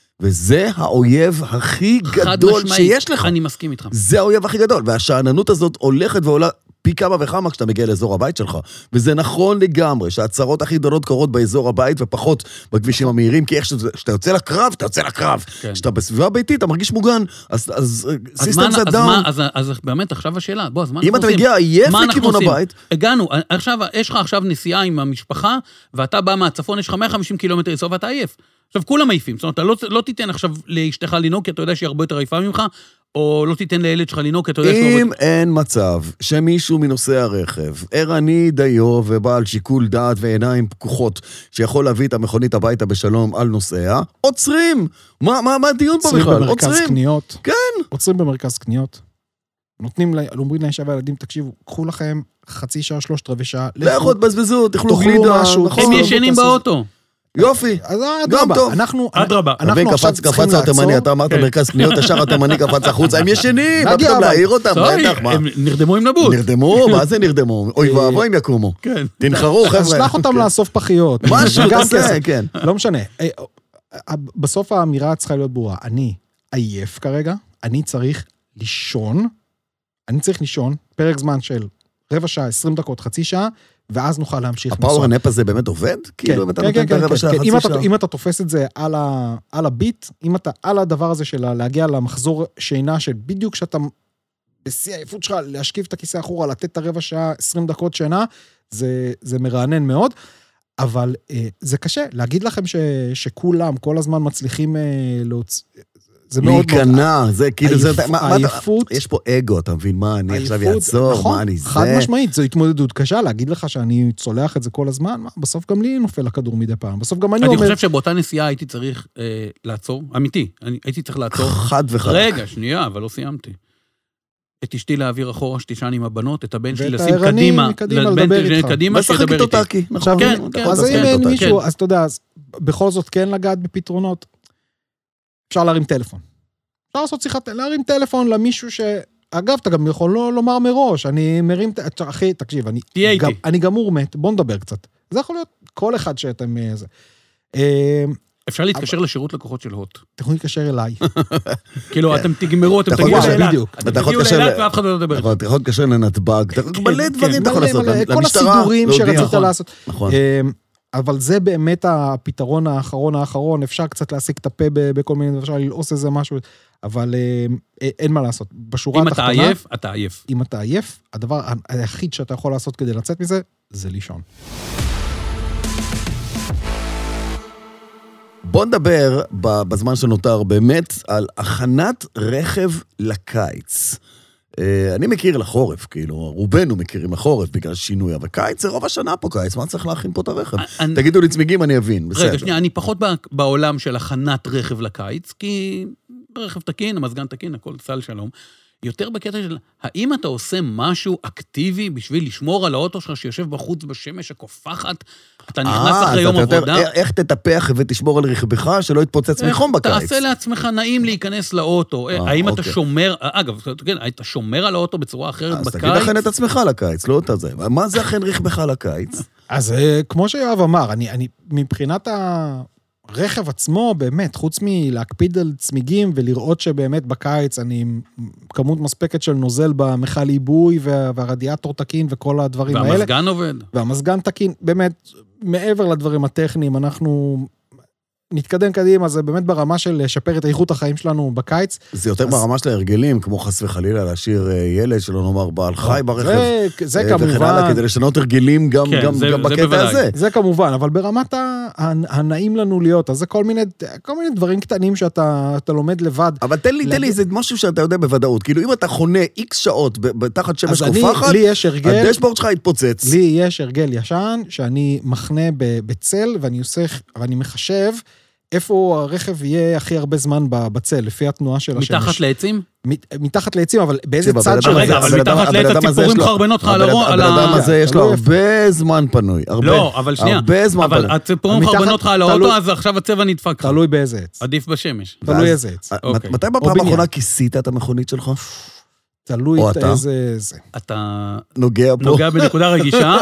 וזה האויב הכי גדול שיש לך. אני מסכים איתך. זה האויב הכי גדול, והשעננות הזאת הולכת ועולה, פי כמה וכמה כשאתה מגיע לאזור הבית שלך. וזה נכון לגמרי, שהצרות הכי גדולות קורות באזור הבית, ופחות בכבישים המהירים, כי איך שאתה יוצא לקרב, אתה יוצא לקרב. כשאתה בסביבה ביתית, אתה מרגיש מוגן, אז סיסטם זה דאון. אז באמת, עכשיו השאלה, בוא, אז מה אנחנו עושים? אם אתה מגיע עייף לכיוון הבית. הגענו, יש לך עכשיו נסיעה עם המשפחה, ואתה בא מהצפון, יש לך מאה וחמישים קילומטר לנסוע, ואתה עייף. עכשיו, כולם עייפים, זאת אומרת, אתה לא, לא תיתן עכשיו לאשתך לנהוג, כי אתה יודע שהיא הרבה יותר עייפה ממך, או לא תיתן לילד שלך לנהוג, כי אתה יודע שהוא... אם אין מצב שמישהו מנוסעי הרכב, ערני דיו ובעל שיקול דעת ועיניים פקוחות, שיכול להביא את המכונית הביתה בשלום על נוסעיה, עוצרים! מה, מה, מה הדיון פה בכלל? עוצרים במרכז קניות. כן. עוצרים במרכז קניות. נותנים, אומרים לאישה והילדים, תקשיבו, קחו לכם חצי שעה, שלושת רבעי שעה. לכו תבזבזו, תאכלו גלידה. הם ישנים באוטו. יופי, גם טוב. אנחנו, אדרבה. אנחנו עכשיו צריכים לעצור. אתה אמרת מרכז קניות, השאר התימני קפץ החוצה, הם ישנים, מה פתאום להעיר אותם, בטח, מה? הם נרדמו עם נבוט. נרדמו? מה זה נרדמו? אוי ואבוי הם יקומו. תנחרו, חבר'ה. שלח אותם לאסוף פחיות. משהו, תעשה, כן. לא משנה. בסוף האמירה צריכה להיות ברורה. אני עייף כרגע, אני צריך לישון, אני צריך לישון, פרק זמן של רבע שעה, עשרים דקות, חצי שעה, ואז נוכל להמשיך. הפאוור נפ הזה באמת עובד? כאילו, אתה נותן את הרבע שעה, חצי שעה. אם אתה תופס את זה על הביט, אם אתה על הדבר הזה של להגיע למחזור שינה, של בדיוק שאתה בשיא העייפות שלך, להשכיב את הכיסא אחורה, לתת את הרבע שעה, עשרים דקות שינה, זה מרענן מאוד, אבל זה קשה. להגיד לכם שכולם כל הזמן מצליחים להוציא... להיכנע, זה כאילו, עייפות. יש פה אגו, אתה מבין מה, אני עכשיו יעצור, מה אני זה. חד משמעית, זו התמודדות קשה, להגיד לך שאני צולח את זה כל הזמן, בסוף גם לי נופל הכדור מדי פעם, בסוף גם אני אומר... אני חושב שבאותה נסיעה הייתי צריך לעצור, אמיתי, הייתי צריך לעצור. חד וחד. רגע, שנייה, אבל לא סיימתי. את אשתי להעביר אחורה שתישן עם הבנות, את הבן שלי לשים קדימה, קדימה לדבר איתך. קדימה שידבר איתי. אז אם אין מישהו, אז אתה יודע, בכל זאת כן לגעת בפתרונות, אפשר להרים טלפון. אפשר לעשות שיחת, להרים טלפון למישהו ש... אגב, אתה גם יכול לא לומר מראש, אני מרים, אחי, תקשיב, אני, גם, אני גמור מת, בוא נדבר קצת. זה יכול להיות כל אחד שאתם... זה. אפשר להתקשר לשירות לקוחות של הוט. אתם יכולים להתקשר אליי. כאילו, אתם תגמרו, אתם תגיעו לאילת. אתם תגיעו לאילת ואף אחד לא תדבר. אתה יכול להתקשר לנתב"ג, מלא דברים אתה יכול לעשות. כל הסידורים שרצית לעשות. נכון. אבל זה באמת הפתרון האחרון האחרון, אפשר קצת להסיק את הפה בכל מיני, אפשר ללעוס איזה משהו, אבל אין מה לעשות. בשורה התחתונה... אם אתה עייף, אתה עייף. אם אתה עייף, הדבר היחיד שאתה יכול לעשות כדי לצאת מזה, זה לישון. בוא נדבר בזמן שנותר באמת על הכנת רכב לקיץ. אני מכיר לחורף, כאילו, רובנו מכירים לחורף בגלל שינוי, אבל קיץ זה רוב השנה פה קיץ, מה צריך להכין פה את הרכב? תגידו לי צמיגים, אני אבין, בסדר. רגע, שנייה, אני פחות בעולם של הכנת רכב לקיץ, כי רכב תקין, המזגן תקין, הכל סל שלום. יותר בקטע של, האם אתה עושה משהו אקטיבי בשביל לשמור על האוטו שלך שיושב בחוץ בשמש הקופחת? אתה נכנס אחרי יום עבודה? איך תטפח ותשמור על רכבך שלא יתפוצץ מחום בקיץ? תעשה לעצמך נעים להיכנס לאוטו. האם אתה שומר, אגב, אתה שומר על האוטו בצורה אחרת בקיץ? אז תגיד לכן את עצמך לקיץ, לא את זה. מה זה אכן רכבך לקיץ? אז כמו שיואב אמר, אני מבחינת ה... רכב עצמו, באמת, חוץ מלהקפיד על צמיגים ולראות שבאמת בקיץ אני כמות מספקת של נוזל במכל עיבוי והרדיאטור תקין וכל הדברים האלה. והמזגן עובד. והמזגן תקין, באמת, מעבר לדברים הטכניים, אנחנו נתקדם קדימה, זה באמת ברמה של לשפר את איכות החיים שלנו בקיץ. זה יותר ברמה של ההרגלים, כמו חס וחלילה להשאיר ילד שלא נאמר בעל חי ברכב. זה כמובן. כדי לשנות הרגלים גם בקטע הזה. זה כמובן, אבל ברמת הנעים לנו להיות, אז זה כל מיני דברים קטנים שאתה לומד לבד. אבל תן לי, תן לי, זה משהו שאתה יודע בוודאות. כאילו אם אתה חונה איקס שעות תחת שמש קופחת, הדשבורד שלך יתפוצץ. לי יש הרגל ישן, שאני מחנה בצל, ואני מחשב איפה הרכב יהיה הכי הרבה זמן בצל, לפי התנועה של השמש. מתחת לעצים? מתחת לעצים, אבל באיזה צד של... רגע, אבל מתחת לעץ הציפורים חרבנות לך על ה... הבן אדם הזה יש לו הרבה זמן פנוי. לא, אבל שנייה. הרבה זמן פנוי. אבל הציפורים חרבנות לך על האוטו, אז עכשיו הצבע נדפק. תלוי באיזה עץ. עדיף בשמש. תלוי איזה עץ. מתי בפעם האחרונה כיסית את המכונית שלך? תלוי איזה... אתה... נוגע פה. נוגע בנקודה רגישה.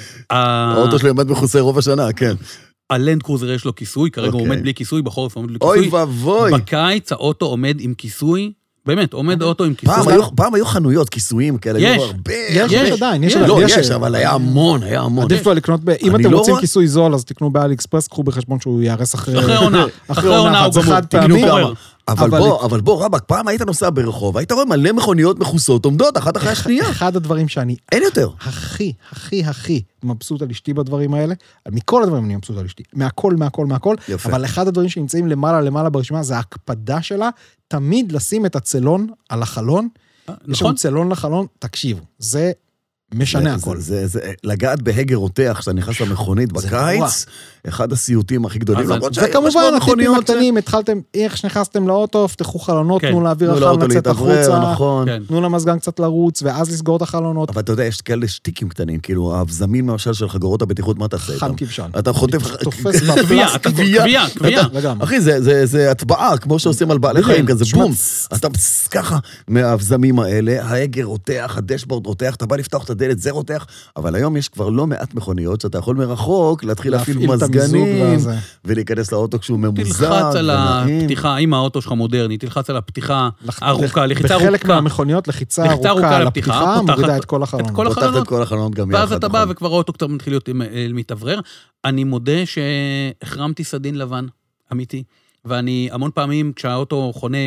האוטו שלי עומד מחוסר רוב השנה, כן. הלנד קרוזר יש לו כיסוי, כרגע הוא עומד בלי כיסוי, בחורף עומד בלי כיסוי. אוי ובוי. בקיץ האוטו עומד עם כיסוי, באמת, עומד האוטו עם כיסוי. פעם היו חנויות, כיסויים כאלה. יש. יש עדיין, יש עדיין. לא, יש, אבל היה המון, היה המון. עדיף כבר לקנות, אם אתם רוצים כיסוי זול, אז תקנו באלי אקספרס, קחו בחשבון שהוא יערס אחרי... אחרי עונה. אחרי עונה הוא גמור. אבל בוא, אבל בוא, רבק, פעם היית נוסע ברחוב, היית רואה מלא מכוניות מכוסות, עומדות אחת אחרי השנייה. אחד הדברים שאני... אין יותר. הכי, הכי, הכי מבסוט על אשתי בדברים האלה, מכל הדברים אני מבסוט על אשתי, מהכל, מהכל, מהכל, אבל אחד הדברים שנמצאים למעלה, למעלה ברשימה, זה ההקפדה שלה, תמיד לשים את הצלון על החלון, יש לנו צלון לחלון, תקשיבו, זה... משנה הכל. זה, זה, לגעת בהגר רותח, שאתה נכנס למכונית בקיץ, אחד הסיוטים הכי גדולים. זה כמובן, הטיפים הקטנים, התחלתם, איך שנכנסתם לאוטו, פתחו חלונות, תנו לאוויר החלון לצאת החוצה, תנו למזגן קצת לרוץ, ואז לסגור את החלונות. אבל אתה יודע, יש כאלה שטיקים קטנים, כאילו, האבזמים למשל של חגורות הבטיחות, מה אתה עושה? חם כבשן. אתה חוטף... תופס קביעה, קביעה, קביעה. אחי, זה הטבעה, כמו שעושים על בעלי חיים, כזה בום. אתה ככה, מהאבזמים האלה, ההגר רותח, הדשבורד רותח, אתה בא לפתוח את הדלת, זה רותח, אבל היום יש כבר לא מעט מכוניות, שאתה יכול מרחוק להתחיל להפעיל מזגנים, ולהיכנס לאוטו כשהוא ממוזג. תלחץ על הפתיחה, אם האוטו שלך מודרני, תלחץ על הפתיחה ארוכה, לחיצה ארוכה. בחלק מהמכוניות, לחיצה ארוכה על הפתיחה, מורידה את כל החלונות. פותחת את כל החלונות גם יחד. ואז אתה בא וכבר האוטו קצת מתחיל להיות מתאוורר. אני מודה שהחרמתי סדין לבן, אמיתי. ואני המון פעמים, כשהאוטו חונה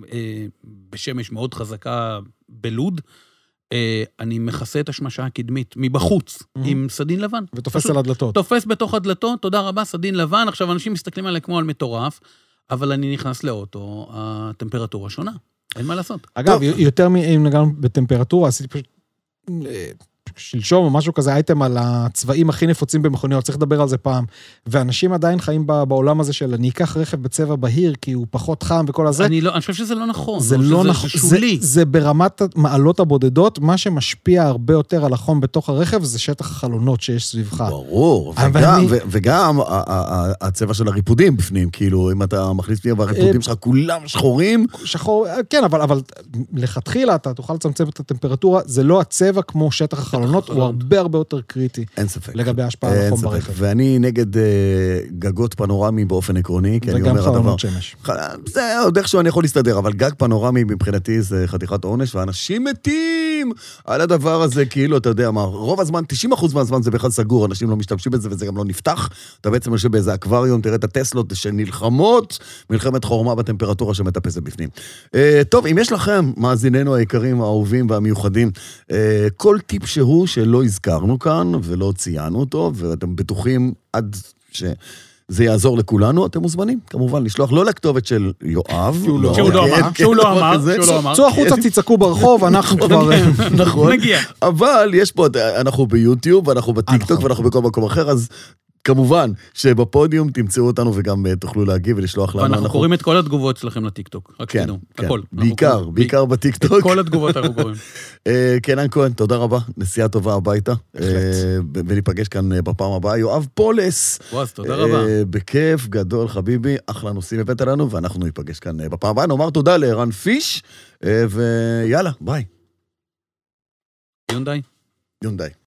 בשמש מאוד חזקה בלוד, אני מכסה את השמשה הקדמית מבחוץ, עם סדין לבן. ותופס על הדלתות. תופס בתוך הדלתות, תודה רבה, סדין לבן. עכשיו אנשים מסתכלים עליי כמו על מטורף, אבל אני נכנס לאוטו, הטמפרטורה שונה. אין מה לעשות. אגב, יותר אם נגענו בטמפרטורה, עשיתי פשוט שלשום או משהו כזה, אייטם על הצבעים הכי נפוצים במכוניות, צריך לדבר על זה פעם, ואנשים עדיין חיים בעולם הזה של, אני אקח רכב בצבע בהיר, כי הוא פחות חם וכל הזה. אני, לא, אני חושב שזה לא נכון. זה לא נכון, זה, זה ברמת המעלות הבודדות, מה שמשפיע הרבה יותר על החום בתוך הרכב, זה שטח החלונות שיש סביבך. ברור, וגם, אני... וגם הצבע של הריפודים בפנים, כאילו, אם אתה מכניס פנימה, והריפודים שלך כולם שחורים. שחור, כן, אבל, אבל לכתחילה, אתה תוכל לצמצם את הטמפרטורה, זה לא הצבע כמו שטח החלונות, הוא הרבה הרבה יותר קריטי. אין ספק. לגבי ההשפעה על החום ברכב. ואני נגד גגות פנורמי באופן עקרוני, כי אני אומר הדבר. וגם חלונות שמש. זה עוד איכשהו אני יכול להסתדר, אבל גג פנורמי מבחינתי זה חתיכת עונש, ואנשים מתים על הדבר הזה, כאילו, אתה יודע מה, רוב הזמן, תשעים אחוז מהזמן זה בכלל סגור, אנשים לא משתמשים בזה וזה גם לא נפתח, אתה בעצם יושב באיזה אקווריום, תראה את הטסלות שנלחמות, מלחמת חורמה בטמפרטורה שמטפסת בפנים. טוב, אם יש לכם, מאזיננו היקרים, האהובים והמיוחדים, כל טיפ שהוא שלא הזכרנו כאן ולא ציינו אותו, ואתם בטוחים עד ש... זה יעזור לכולנו, אתם מוזמנים, כמובן, לשלוח לא לכתובת של יואב. שהוא לא אמר, שהוא לא אמר, שהוא לא אמר. צאו החוצה, תצעקו ברחוב, אנחנו כבר... נכון, אבל יש פה, אנחנו ביוטיוב, אנחנו בטיקטוק, ואנחנו בכל מקום אחר, אז כמובן שבפודיום תמצאו אותנו וגם תוכלו להגיב ולשלוח לנו. ואנחנו קוראים את כל התגובות שלכם לטיקטוק, רק תדעו, הכל. בעיקר, בעיקר בטיקטוק. את כל התגובות אנחנו קוראים. קנן כהן, תודה רבה, נסיעה טובה הביתה, וניפגש כאן בפעם הבאה. יואב פולס. וואס, תודה רבה. בכיף, גדול, חביבי, אחלה נושאים הבאת לנו, ואנחנו ניפגש כאן בפעם הבאה. נאמר תודה לערן פיש, ויאללה, ביי. יונדאי. יונדאי.